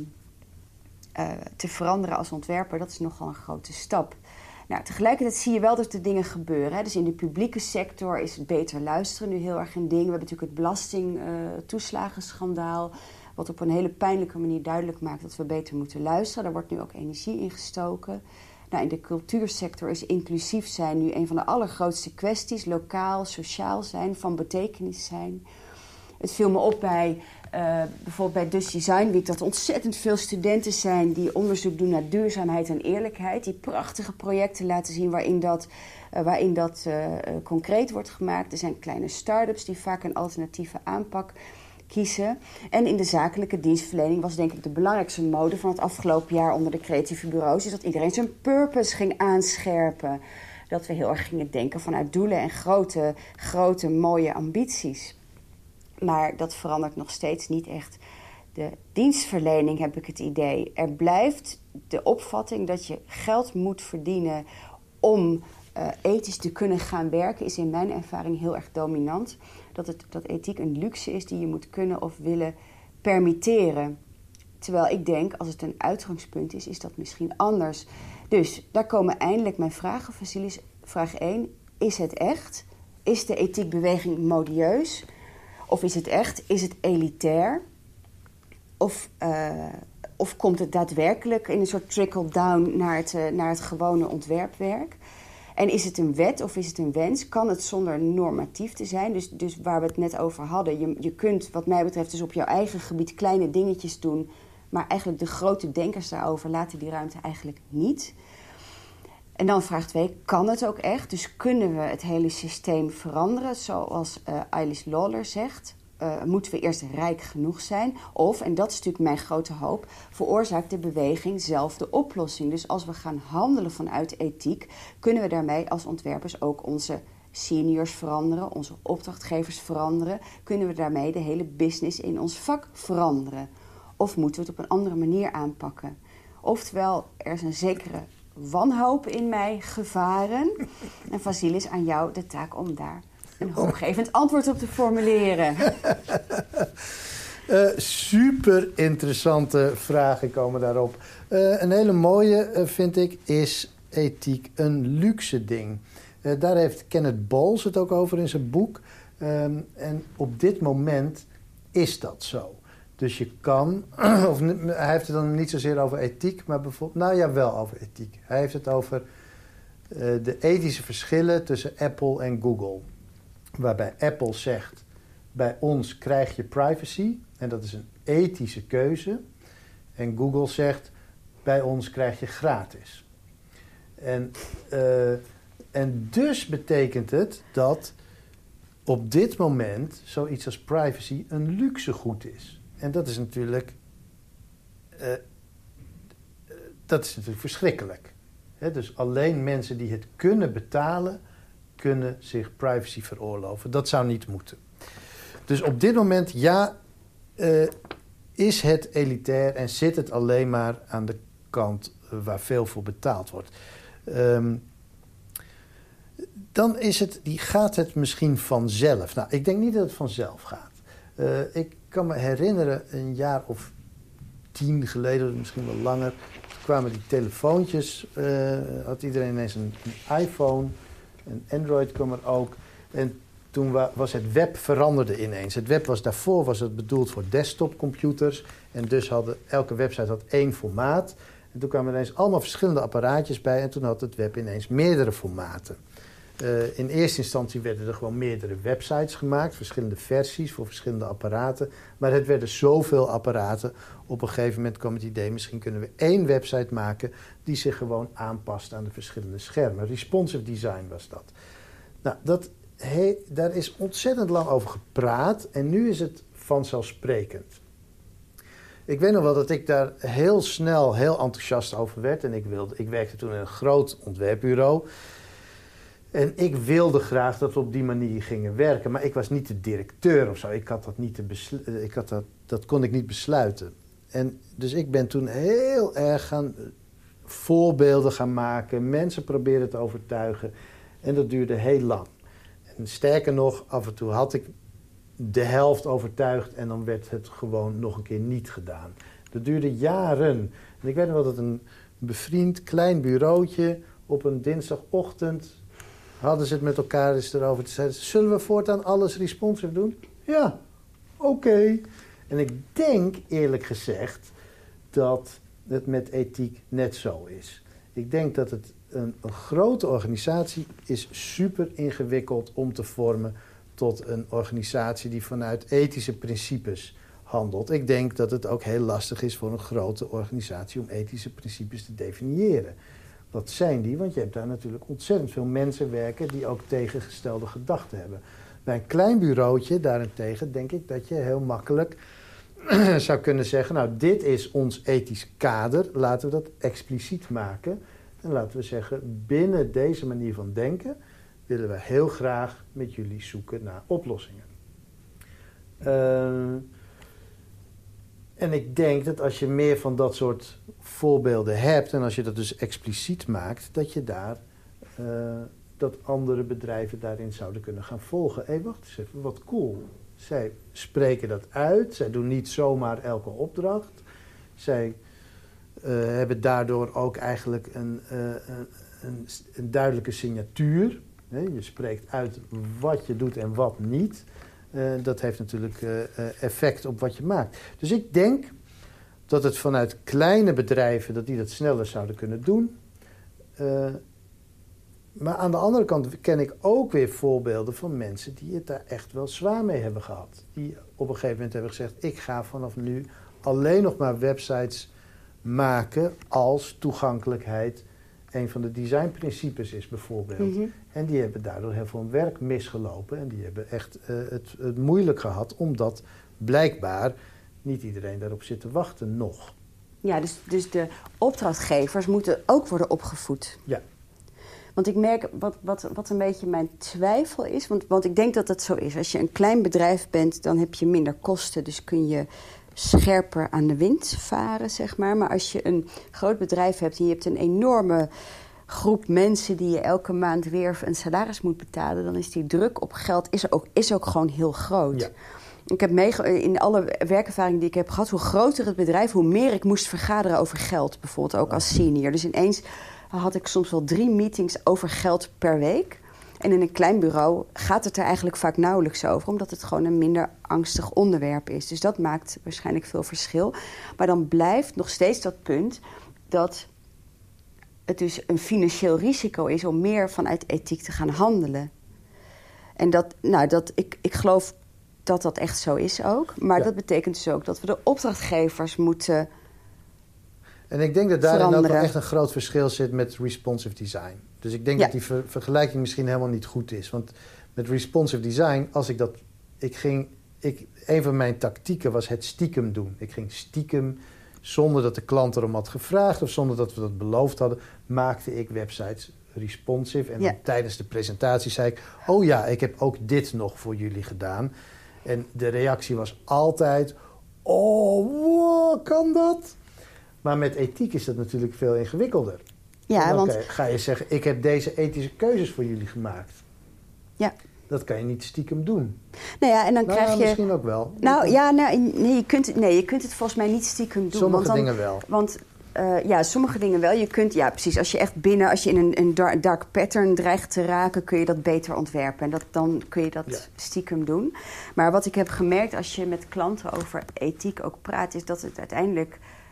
te veranderen als ontwerper, dat is nogal een grote stap. Nou, tegelijkertijd zie je wel dat er dingen gebeuren. Hè. Dus in de publieke sector is beter luisteren nu heel erg een ding. We hebben natuurlijk het belastingtoeslagenschandaal, wat op een hele pijnlijke manier duidelijk maakt dat we beter moeten luisteren. Daar wordt nu ook energie in gestoken. Nou, in de cultuursector is inclusief zijn nu een van de allergrootste kwesties. Lokaal, sociaal zijn, van betekenis zijn. Het viel me op bij bijvoorbeeld bij Dutch Design Week dat er ontzettend veel studenten zijn die onderzoek doen naar duurzaamheid en eerlijkheid. Die prachtige projecten laten zien waarin dat concreet wordt gemaakt. Er zijn kleine start-ups die vaak een alternatieve aanpak kiezen. En in de zakelijke dienstverlening was denk ik de belangrijkste mode van het afgelopen jaar onder de creatieve bureaus is dat iedereen zijn purpose ging aanscherpen. Dat we heel erg gingen denken vanuit doelen en grote mooie ambities. Maar dat verandert nog steeds niet echt de dienstverlening, heb ik het idee. Er blijft de opvatting dat je geld moet verdienen om ethisch te kunnen gaan werken, is in mijn ervaring heel erg dominant. Dat ethiek een luxe is die je moet kunnen of willen permitteren. Terwijl ik denk, als het een uitgangspunt is, is dat misschien anders. Dus daar komen eindelijk mijn vragen, Vasilis. Vraag 1, is het echt? Is de ethiekbeweging modieus? Of is het echt? Is het elitair? Of komt het daadwerkelijk in een soort trickle-down naar het gewone ontwerpwerk? En is het een wet of is het een wens? Kan het zonder normatief te zijn? Dus waar we het net over hadden. Je kunt wat mij betreft dus op jouw eigen gebied kleine dingetjes doen. Maar eigenlijk de grote denkers daarover laten die ruimte eigenlijk niet. En dan vraag 2, kan het ook echt? Dus kunnen we het hele systeem veranderen? Zoals Eilish Lawler zegt, moeten we eerst rijk genoeg zijn? Of, en dat is natuurlijk mijn grote hoop, veroorzaakt de beweging zelf de oplossing. Dus als we gaan handelen vanuit ethiek, kunnen we daarmee als ontwerpers ook onze seniors veranderen, onze opdrachtgevers veranderen. Kunnen we daarmee de hele business in ons vak veranderen? Of moeten we het op een andere manier aanpakken? Oftewel, er is een zekere wanhoop in mij gevaren. En Vasilis, aan jou de taak om daar een hoopgevend antwoord op te formuleren. Super interessante vragen komen daarop. Een hele mooie, vind ik, is ethiek een luxe ding. Daar heeft Kenneth Bowles het ook over in zijn boek. En op dit moment is dat zo. Dus je kan, of hij heeft het dan niet zozeer over ethiek, maar bijvoorbeeld, nou ja, wel over ethiek. Hij heeft het over de ethische verschillen tussen Apple en Google. Waarbij Apple zegt, bij ons krijg je privacy, en dat is een ethische keuze. En Google zegt, bij ons krijg je gratis. En dus betekent het dat op dit moment zoiets als privacy een luxe goed is. En dat is natuurlijk verschrikkelijk. Dus alleen mensen die het kunnen betalen, kunnen zich privacy veroorloven. Dat zou niet moeten. Dus op dit moment, is het elitair en zit het alleen maar aan de kant waar veel voor betaald wordt. Dan gaat het misschien vanzelf. Nou, ik denk niet dat het vanzelf gaat. Ik kan me herinneren, een jaar of 10 geleden, misschien wel langer, kwamen die telefoontjes, had iedereen ineens een iPhone, en Android kwam er ook. En toen was het web veranderde ineens. Het web daarvoor was het bedoeld voor desktopcomputers. En dus elke website had 1 formaat. En toen kwamen ineens allemaal verschillende apparaatjes bij. En toen had het web ineens meerdere formaten. In eerste instantie werden er gewoon meerdere websites gemaakt, verschillende versies voor verschillende apparaten. Maar het werden zoveel apparaten. Op een gegeven moment kwam het idee, misschien kunnen we 1 website maken die zich gewoon aanpast aan de verschillende schermen. Responsive design was dat. Nou, daar is ontzettend lang over gepraat en nu is het vanzelfsprekend. Ik weet nog wel dat ik daar heel snel heel enthousiast over werd. En ik werkte toen in een groot ontwerpbureau. En ik wilde graag dat we op die manier gingen werken. Maar ik was niet de directeur of zo. Dat kon ik niet besluiten. En dus ik ben toen heel erg voorbeelden gaan maken. Mensen proberen te overtuigen. En dat duurde heel lang. En sterker nog, af en toe had ik de helft overtuigd en dan werd het gewoon nog een keer niet gedaan. Dat duurde jaren. En ik weet nog wel dat een bevriend klein bureautje op een dinsdagochtend hadden ze het met elkaar eens erover. Zeiden ze, zullen we voortaan alles responsive doen? Ja, oké. En ik denk eerlijk gezegd dat het met ethiek net zo is. Ik denk dat het een grote organisatie is super ingewikkeld om te vormen tot een organisatie die vanuit ethische principes handelt. Ik denk dat het ook heel lastig is voor een grote organisatie om ethische principes te definiëren. Wat zijn die? Want je hebt daar natuurlijk ontzettend veel mensen werken die ook tegengestelde gedachten hebben. Bij een klein bureautje daarentegen denk ik dat je heel makkelijk zou kunnen zeggen, nou, dit is ons ethisch kader, laten we dat expliciet maken. En laten we zeggen, binnen deze manier van denken willen we heel graag met jullie zoeken naar oplossingen. En ik denk dat als je meer van dat soort voorbeelden hebt en als je dat dus expliciet maakt, dat je dat andere bedrijven daarin zouden kunnen gaan volgen. Hé, wacht eens even, wat cool. Zij spreken dat uit, zij doen niet zomaar elke opdracht. Zij hebben daardoor ook eigenlijk een duidelijke signatuur. Je spreekt uit wat je doet en wat niet. Dat heeft natuurlijk effect op wat je maakt. Dus ik denk dat het vanuit kleine bedrijven dat die dat sneller zouden kunnen doen. Maar aan de andere kant ken ik ook weer voorbeelden van mensen die het daar echt wel zwaar mee hebben gehad. Die op een gegeven moment hebben gezegd, ik ga vanaf nu alleen nog maar websites maken als toegankelijkheid een van de designprincipes is bijvoorbeeld. Mm-hmm. En die hebben daardoor heel veel werk misgelopen. En die hebben echt het moeilijk gehad, omdat blijkbaar niet iedereen daarop zit te wachten nog. Ja, dus de opdrachtgevers moeten ook worden opgevoed. Ja. Want ik merk wat een beetje mijn twijfel is. Want ik denk dat dat zo is. Als je een klein bedrijf bent, dan heb je minder kosten. Dus kun je scherper aan de wind varen, zeg maar. Maar als je een groot bedrijf hebt en je hebt een enorme groep mensen die je elke maand weer een salaris moet betalen, dan is die druk op geld is ook gewoon heel groot. Ja. Ik heb in alle werkervaringen die ik heb gehad, hoe groter het bedrijf, hoe meer ik moest vergaderen over geld. Bijvoorbeeld ook als senior. Dus ineens had ik soms wel 3 meetings over geld per week. En in een klein bureau gaat het er eigenlijk vaak nauwelijks over, omdat het gewoon een minder angstig onderwerp is. Dus dat maakt waarschijnlijk veel verschil. Maar dan blijft nog steeds dat punt dat het dus een financieel risico is om meer vanuit ethiek te gaan handelen. En ik geloof dat dat echt zo is ook. Maar dat betekent dus ook dat we de opdrachtgevers moeten en ik denk dat daarin ook wel echt een groot verschil zit met responsive design. Dus ik denk dat die vergelijking misschien helemaal niet goed is. Want met responsive design, een van mijn tactieken was het stiekem doen. Ik ging stiekem, zonder dat de klant erom had gevraagd of zonder dat we dat beloofd hadden, maakte ik websites responsive. En dan tijdens de presentatie zei ik, oh ja, ik heb ook dit nog voor jullie gedaan. En de reactie was altijd, oh, wow, kan dat? Maar met ethiek is dat natuurlijk veel ingewikkelder. Ja, want ga je zeggen, ik heb deze ethische keuzes voor jullie gemaakt. Ja. Dat kan je niet stiekem doen. Nou ja, en dan krijg je misschien ook wel. Je kunt het volgens mij niet stiekem doen. Sommige dingen wel. Want sommige dingen wel. Je kunt, precies, als je in een dark pattern dreigt te raken, kun je dat beter ontwerpen. En dan kun je dat stiekem doen. Maar wat ik heb gemerkt als je met klanten over ethiek ook praat, is dat het uiteindelijk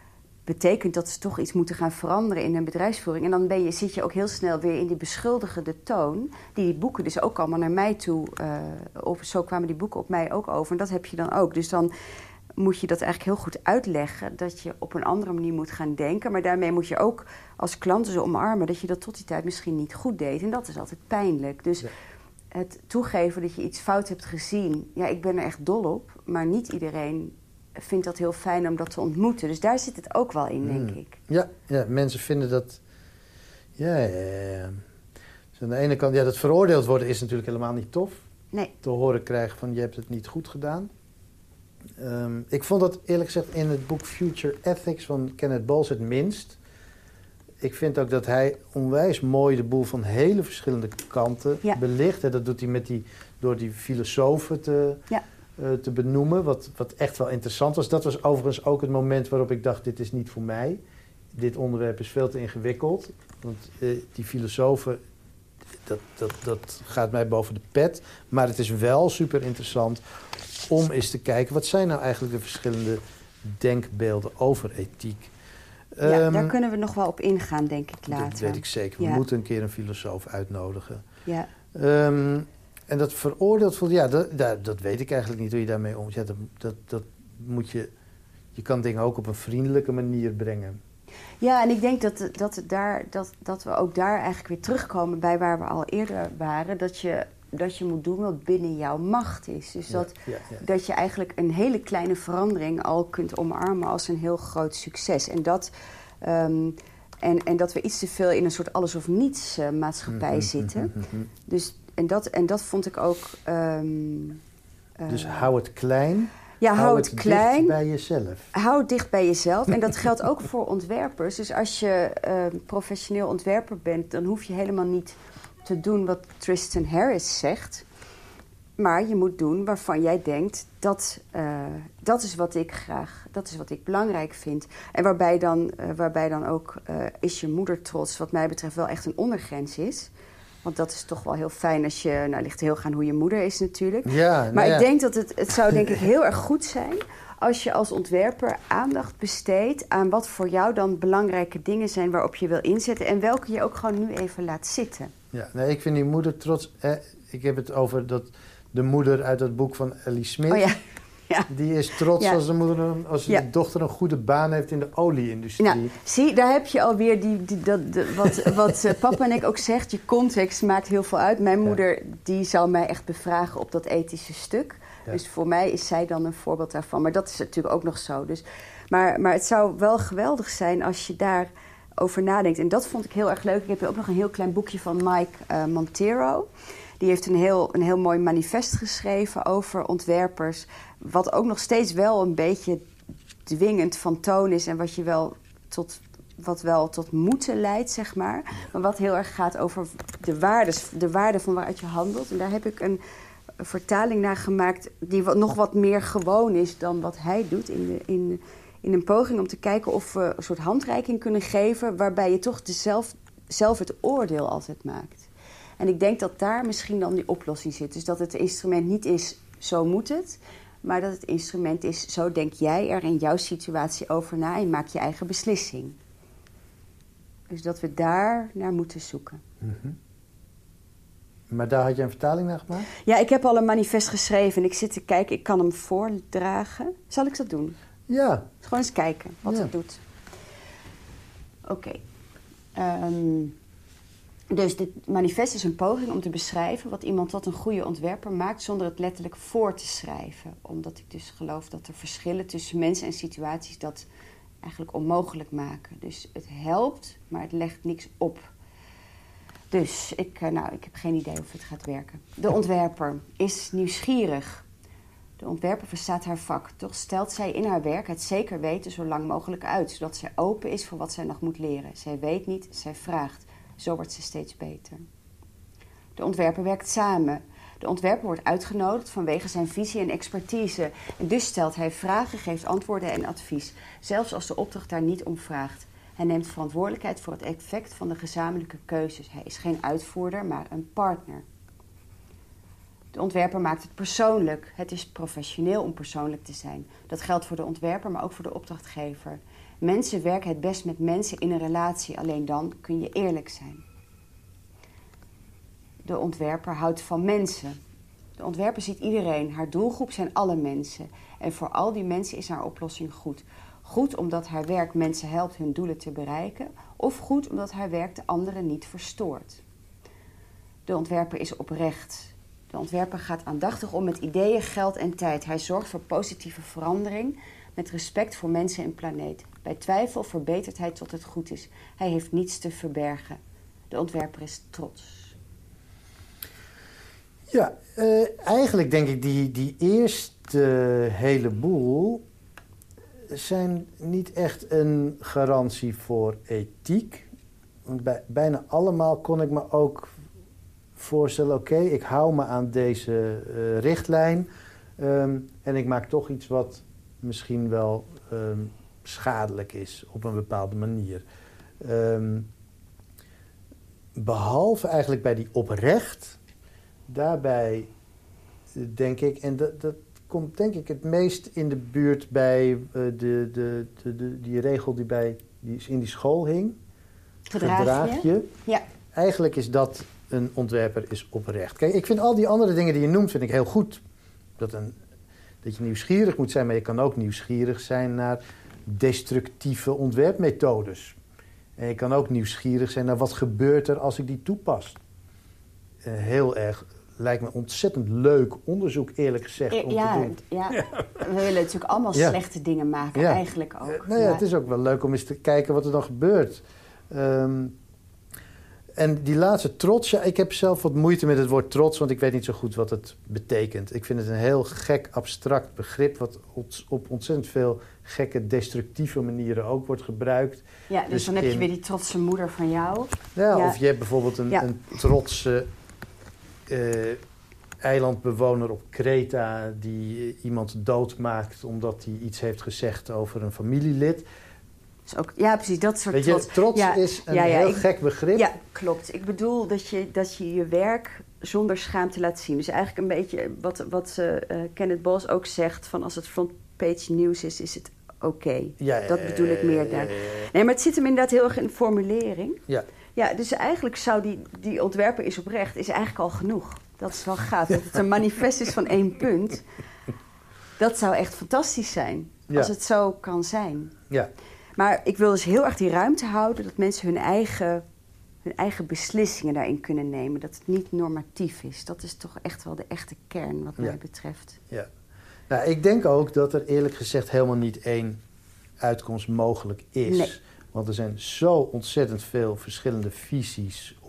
betekent dat ze toch iets moeten gaan veranderen in hun bedrijfsvoering. En dan zit je ook heel snel weer in die beschuldigende toon, die boeken dus ook allemaal naar mij toe, of zo kwamen die boeken op mij ook over. En dat heb je dan ook. Dus dan moet je dat eigenlijk heel goed uitleggen, dat je op een andere manier moet gaan denken. Maar daarmee moet je ook als klanten zo omarmen dat je dat tot die tijd misschien niet goed deed. En dat is altijd pijnlijk. Dus het toegeven dat je iets fout hebt gezien, ja, ik ben er echt dol op, maar niet iedereen vindt dat heel fijn om dat te ontmoeten. Dus daar zit het ook wel in, denk ik. Ja, mensen vinden dat... Ja. Dus aan de ene kant, dat veroordeeld worden is natuurlijk helemaal niet tof. Nee. Te horen krijgen van, je hebt het niet goed gedaan. Ik vond dat eerlijk gezegd in het boek Future Ethics van Kenneth Bowles het minst. Ik vind ook dat hij onwijs mooi de boel van hele verschillende kanten belicht. En dat doet hij door die filosofen te benoemen, wat echt wel interessant was. Dat was overigens ook het moment waarop ik dacht, dit is niet voor mij. Dit onderwerp is veel te ingewikkeld. Want die filosofen, dat gaat mij boven de pet. Maar het is wel super interessant om eens te kijken, wat zijn nou eigenlijk de verschillende denkbeelden over ethiek? Daar kunnen we nog wel op ingaan, denk ik, later. Dat weet ik zeker. We moeten een keer een filosoof uitnodigen. Ja. En dat veroordeeld voelt, dat weet ik eigenlijk niet hoe je daarmee omgaat. Dat moet je... Je kan dingen ook op een vriendelijke manier brengen. Ja, en ik denk dat we ook daar eigenlijk weer terugkomen bij waar we al eerder waren. Dat je moet doen wat binnen jouw macht is. Dus dat je eigenlijk een hele kleine verandering al kunt omarmen als een heel groot succes. En dat we iets te veel in een soort alles of niets maatschappij zitten. Dus, en dat vond ik ook... dus hou het klein. Ja, hou het klein. Dicht bij jezelf. Hou het dicht bij jezelf. En dat geldt ook voor ontwerpers. Dus als je professioneel ontwerper bent, dan hoef je helemaal niet te doen wat Tristan Harris zegt. Maar je moet doen waarvan jij denkt, dat is wat ik belangrijk vind. En waarbij dan ook is je moeder trots, wat mij betreft wel echt een ondergrens is. Want dat is toch wel heel fijn als je... ligt heel aan hoe je moeder is natuurlijk. Ja, maar ik denk dat het zou denk ik heel erg goed zijn als je als ontwerper aandacht besteedt aan wat voor jou dan belangrijke dingen zijn waarop je wil inzetten en welke je ook gewoon nu even laat zitten. Ja, ik vind die moeder trots... ik heb het over de moeder uit het boek van Ellie Smit. Oh ja. Ja. Die is trots als de dochter een goede baan heeft in de olie-industrie. Nou, zie, daar heb je alweer wat papa en ik ook zegt. Je context maakt heel veel uit. Mijn moeder die zou mij echt bevragen op dat ethische stuk. Ja. Dus voor mij is zij dan een voorbeeld daarvan. Maar dat is natuurlijk ook nog zo. Dus, maar het zou wel geweldig zijn als je daarover nadenkt. En dat vond ik heel erg leuk. Ik heb hier ook nog een heel klein boekje van Mike Monteiro. Die heeft een heel mooi manifest geschreven over ontwerpers. Wat ook nog steeds wel een beetje dwingend van toon is. En wat wel tot moeten leidt, zeg maar. Maar wat heel erg gaat over de waarde van waaruit je handelt. En daar heb ik een vertaling naar gemaakt die nog wat meer gewoon is dan wat hij doet. In een poging om te kijken of we een soort handreiking kunnen geven waarbij je toch zelf het oordeel altijd maakt. En ik denk dat daar misschien dan die oplossing zit. Dus dat het instrument niet is, zo moet het. Maar dat het instrument is, zo denk jij er in jouw situatie over na en maak je eigen beslissing. Dus dat we daar naar moeten zoeken. Mm-hmm. Maar daar had je een vertaling naar gemaakt? Ja, ik heb al een manifest geschreven en ik zit te kijken. Ik kan hem voordragen. Zal ik dat doen? Ja. Gewoon eens kijken wat het doet. Oké. Dus dit manifest is een poging om te beschrijven wat iemand tot een goede ontwerper maakt zonder het letterlijk voor te schrijven. Omdat ik dus geloof dat er verschillen tussen mensen en situaties dat eigenlijk onmogelijk maken. Dus het helpt, maar het legt niks op. Dus ik heb geen idee of het gaat werken. De ontwerper is nieuwsgierig. De ontwerper verstaat haar vak. Toch stelt zij in haar werk het zeker weten zo lang mogelijk uit, zodat zij open is voor wat zij nog moet leren. Zij weet niet, zij vraagt. Zo wordt ze steeds beter. De ontwerper werkt samen. De ontwerper wordt uitgenodigd vanwege zijn visie en expertise. En dus stelt hij vragen, geeft antwoorden en advies. Zelfs als de opdracht daar niet om vraagt. Hij neemt verantwoordelijkheid voor het effect van de gezamenlijke keuzes. Hij is geen uitvoerder, maar een partner. De ontwerper maakt het persoonlijk. Het is professioneel om persoonlijk te zijn. Dat geldt voor de ontwerper, maar ook voor de opdrachtgever. Mensen werken het best met mensen in een relatie. Alleen dan kun je eerlijk zijn. De ontwerper houdt van mensen. De ontwerper ziet iedereen. Haar doelgroep zijn alle mensen. En voor al die mensen is haar oplossing goed. Goed omdat haar werk mensen helpt hun doelen te bereiken. Of goed omdat haar werk de anderen niet verstoort. De ontwerper is oprecht. De ontwerper gaat aandachtig om met ideeën, geld en tijd. Hij zorgt voor positieve verandering met respect voor mensen en planeet. Bij twijfel verbetert hij tot het goed is. Hij heeft niets te verbergen. De ontwerper is trots. Ja, eigenlijk denk ik die eerste heleboel zijn niet echt een garantie voor ethiek. Want bijna allemaal kon ik me ook voorstellen, oké, ik hou me aan deze richtlijn en ik maak toch iets wat misschien wel schadelijk is op een bepaalde manier. Behalve eigenlijk bij die oprecht, daarbij denk ik, en dat komt denk ik het meest in de buurt bij die regel die in die school hing. Gedraag je. Ja. Eigenlijk is dat een ontwerper is oprecht. Kijk, ik vind al die andere dingen die je noemt, vind ik heel goed. Dat je nieuwsgierig moet zijn, maar je kan ook nieuwsgierig zijn naar destructieve ontwerpmethodes. En je kan ook nieuwsgierig zijn naar wat gebeurt er als ik die toepas. Heel erg, lijkt me ontzettend leuk onderzoek, eerlijk gezegd, om te doen. Ja, we willen natuurlijk allemaal slechte dingen maken, eigenlijk ook. Het is ook wel leuk om eens te kijken wat er dan gebeurt. En die laatste trots, ik heb zelf wat moeite met het woord trots, want ik weet niet zo goed wat het betekent. Ik vind het een heel gek, abstract begrip, wat op ontzettend veel gekke, destructieve manieren ook wordt gebruikt. Ja, dus dan heb je weer die trotse moeder van jou. Ja, of je hebt bijvoorbeeld een trotse eilandbewoner op Kreta die iemand doodmaakt omdat hij iets heeft gezegd over een familielid. Ook, ja, precies, dat soort trots. Trots is een heel gek begrip. Ja, klopt. Ik bedoel dat je je werk zonder schaamte laat zien. Dus eigenlijk een beetje wat Kenneth Bos ook zegt, van als het frontpage nieuws is het oké. Dat bedoel ik meer daar. Nee, maar het zit hem inderdaad heel erg in de formulering. Ja, dus eigenlijk zou die ontwerper is oprecht, is eigenlijk al genoeg. Dat is wel gaaf. Dat het een manifest is van 1 punt. Dat zou echt fantastisch zijn. Als het zo kan zijn. Ja. Maar ik wil dus heel erg die ruimte houden dat mensen hun eigen beslissingen daarin kunnen nemen. Dat het niet normatief is. Dat is toch echt wel de echte kern wat mij betreft. Ja. Nou, ik denk ook dat er eerlijk gezegd helemaal niet 1 uitkomst mogelijk is. Nee. Want er zijn zo ontzettend veel verschillende visies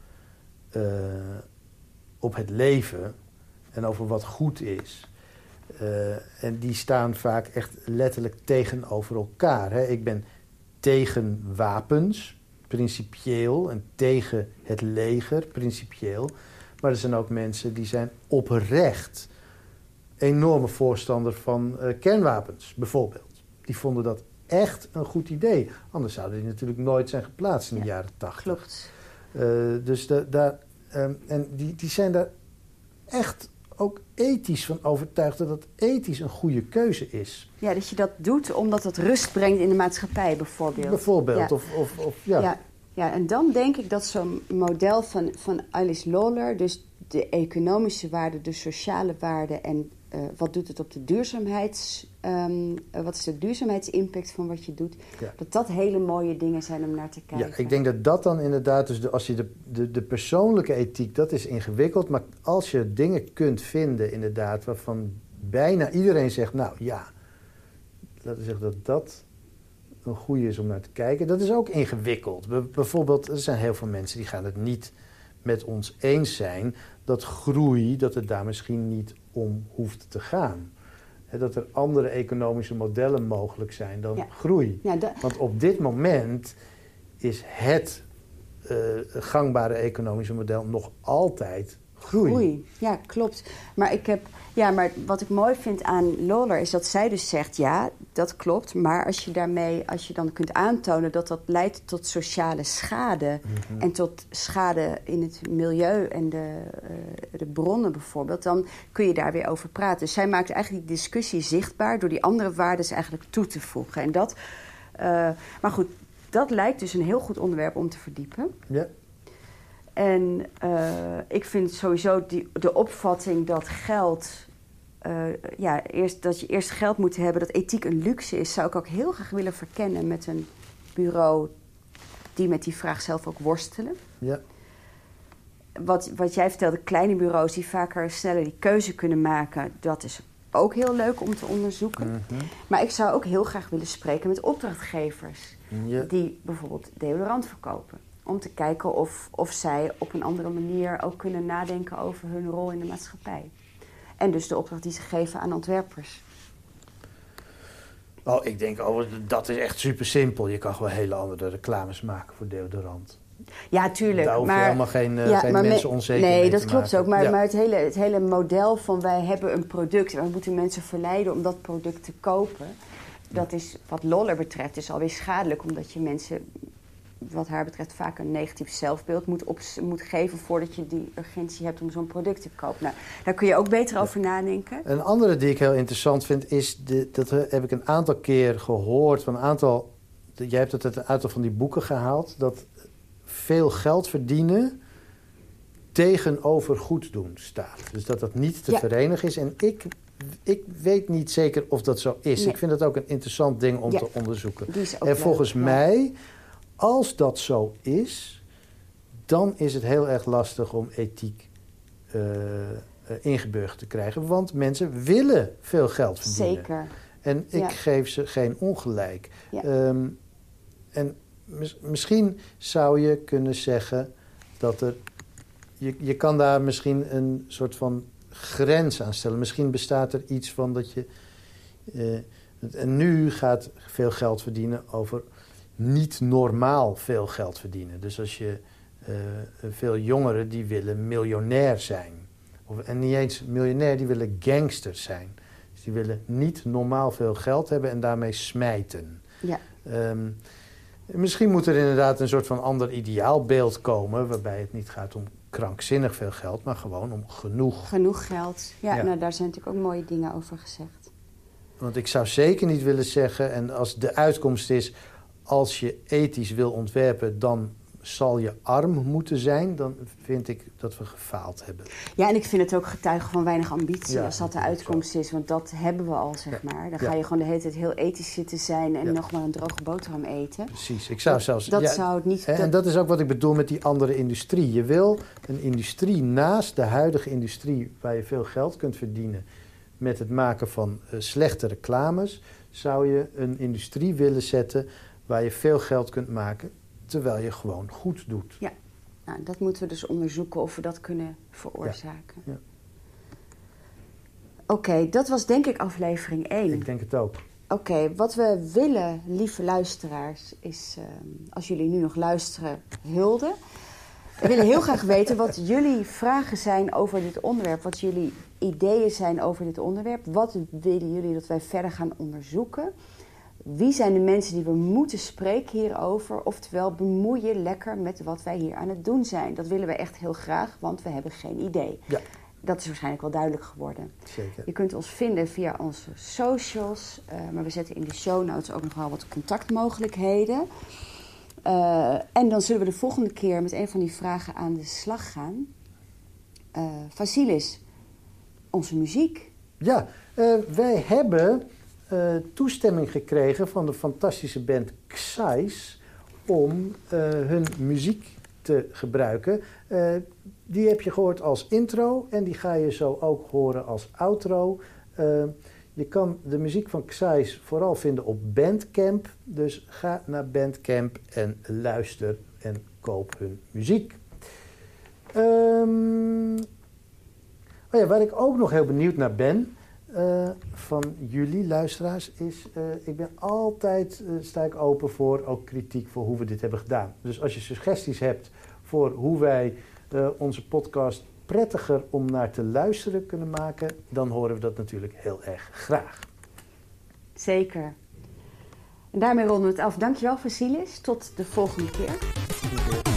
op het leven en over wat goed is. En die staan vaak echt letterlijk tegenover elkaar. Hè. Ik ben tegen wapens, principieel, en tegen het leger, principieel. Maar er zijn ook mensen die zijn oprecht enorme voorstander van kernwapens, bijvoorbeeld. Die vonden dat echt een goed idee. Anders zouden die natuurlijk nooit zijn geplaatst in de jaren 80. Klopt. Dus en die zijn daar echt ook ethisch van overtuigd dat het ethisch een goede keuze is. Ja, dat je dat doet omdat het rust brengt in de maatschappij, bijvoorbeeld. Ja. Ja, en dan denk ik dat zo'n model van Alice Lawler, dus de economische waarde, de sociale waarde en wat doet het op de wat is de duurzaamheidsimpact van wat je doet, dat hele mooie dingen zijn om naar te kijken. Ja, ik denk dat dan inderdaad, dus als je de persoonlijke ethiek, dat is ingewikkeld, maar als je dingen kunt vinden inderdaad, waarvan bijna iedereen zegt, nou ja, laten we zeggen dat een goede is om naar te kijken, dat is ook ingewikkeld. Bijvoorbeeld, er zijn heel veel mensen die gaan het niet met ons eens zijn dat groei, dat het daar misschien niet om hoeft te gaan. Dat er andere economische modellen mogelijk zijn dan groei. Ja, want op dit moment is het gangbare economische model nog altijd groei. Ja, klopt. Maar wat ik mooi vind aan Lawler is dat zij dus zegt, ja, dat klopt. Maar als je dan kunt aantonen dat leidt tot sociale schade. Mm-hmm. En tot schade in het milieu en de bronnen bijvoorbeeld, dan kun je daar weer over praten. Dus zij maakt eigenlijk die discussie zichtbaar door die andere waarden eigenlijk toe te voegen. En dat Maar goed, dat lijkt dus een heel goed onderwerp om te verdiepen. Ja. En ik vind sowieso de opvatting dat geld... dat je eerst geld moet hebben, dat ethiek een luxe is... zou ik ook heel graag willen verkennen met een bureau... die met die vraag zelf ook worstelen. Ja. Wat jij vertelde, kleine bureaus die vaker sneller die keuze kunnen maken... dat is ook heel leuk om te onderzoeken. Mm-hmm. Maar ik zou ook heel graag willen spreken met opdrachtgevers... Ja. die bijvoorbeeld deodorant verkopen. Om te kijken of zij op een andere manier ook kunnen nadenken over hun rol in de maatschappij. En dus de opdracht die ze geven aan ontwerpers. Oh, ik denk, dat is echt super simpel. Je kan gewoon hele andere reclames maken voor deodorant. Ja, tuurlijk. Daar hoef je helemaal geen mensen onzeker mee nee, te dat klopt ook. Maar, Ja. maar het hele model van wij hebben een product... en we moeten mensen verleiden om dat product te kopen... dat is wat Loller betreft dus alweer schadelijk... omdat je mensen, wat haar betreft, vaak een negatief zelfbeeld moet geven... voordat je die urgentie hebt om zo'n product te kopen. Nou, daar kun je ook beter over nadenken. Een andere die ik heel interessant vind is... dat heb ik een aantal keer gehoord van een aantal... Jij hebt het uit een aantal van die boeken gehaald... dat veel geld verdienen tegenover goed doen staat. Dus dat niet te verenigen is. En ik weet niet zeker of dat zo is. Nee. Ik vind het ook een interessant ding om te onderzoeken. Die is ook En volgens leuk, mij, als dat zo is... dan is het heel erg lastig om ethiek ingeburgerd te krijgen. Want mensen willen veel geld verdienen. Zeker. En ik geef ze geen ongelijk. Ja. En misschien zou je kunnen zeggen dat er... Je kan daar misschien een soort van grens aan stellen. Misschien bestaat er iets van dat je... en nu gaat veel geld verdienen over niet normaal veel geld verdienen. Dus als je... veel jongeren die willen miljonair zijn. En niet eens miljonair, die willen gangsters zijn. Dus die willen niet normaal veel geld hebben en daarmee smijten. Ja. Misschien moet er inderdaad een soort van ander ideaalbeeld komen... waarbij het niet gaat om krankzinnig veel geld, maar gewoon om genoeg. Genoeg geld. Ja, Ja. Nou, daar zijn natuurlijk ook mooie dingen over gezegd. Want ik zou zeker niet willen zeggen... en als de uitkomst is, als je ethisch wil ontwerpen... dan zal je arm moeten zijn, dan vind ik dat we gefaald hebben. Ja, en ik vind het ook getuigen van weinig ambitie Ja, als dat de dat is uitkomst is. Want dat hebben we al, zeg maar. Dan ga je gewoon de hele tijd heel ethisch zitten zijn... en nog maar een droge boterham eten. Precies. Ik zou zelfs... Dat zou het niet... En dat is ook wat ik bedoel met die andere industrie. Je wil een industrie naast de huidige industrie... waar je veel geld kunt verdienen... met het maken van slechte reclames... zou je een industrie willen zetten... waar je veel geld kunt maken... terwijl je gewoon goed doet. Ja, nou, dat moeten we dus onderzoeken of we dat kunnen veroorzaken. Ja. Oké, dat was denk ik aflevering 1. Ik denk het ook. Oké, wat we willen, lieve luisteraars, is als jullie nu nog luisteren, hulde. We willen heel graag weten wat jullie vragen zijn over dit onderwerp. Wat jullie ideeën zijn over dit onderwerp. Wat willen jullie dat wij verder gaan onderzoeken? Wie zijn de mensen die we moeten spreken hierover? Oftewel, bemoei je lekker met wat wij hier aan het doen zijn. Dat willen we echt heel graag, want we hebben geen idee. Ja. Dat is waarschijnlijk wel duidelijk geworden. Zeker. Je kunt ons vinden via onze socials. Maar we zetten in de show notes ook nog wel wat contactmogelijkheden. En dan zullen we de volgende keer met een van die vragen aan de slag gaan. Vasilis, onze muziek. Ja, wij hebben toestemming gekregen van de fantastische band Xais om hun muziek te gebruiken. Die heb je gehoord als intro en die ga je zo ook horen als outro. Je kan de muziek van Xais vooral vinden op Bandcamp. Dus ga naar Bandcamp en luister en koop hun muziek. Waar ik ook nog heel benieuwd naar ben... van jullie luisteraars is... ik ben altijd sta ik open voor ook kritiek voor hoe we dit hebben gedaan. Dus als je suggesties hebt voor hoe wij onze podcast prettiger om naar te luisteren kunnen maken... dan horen we dat natuurlijk heel erg graag. Zeker. En daarmee ronden we het af. Dankjewel, Vasilis. Tot de volgende keer.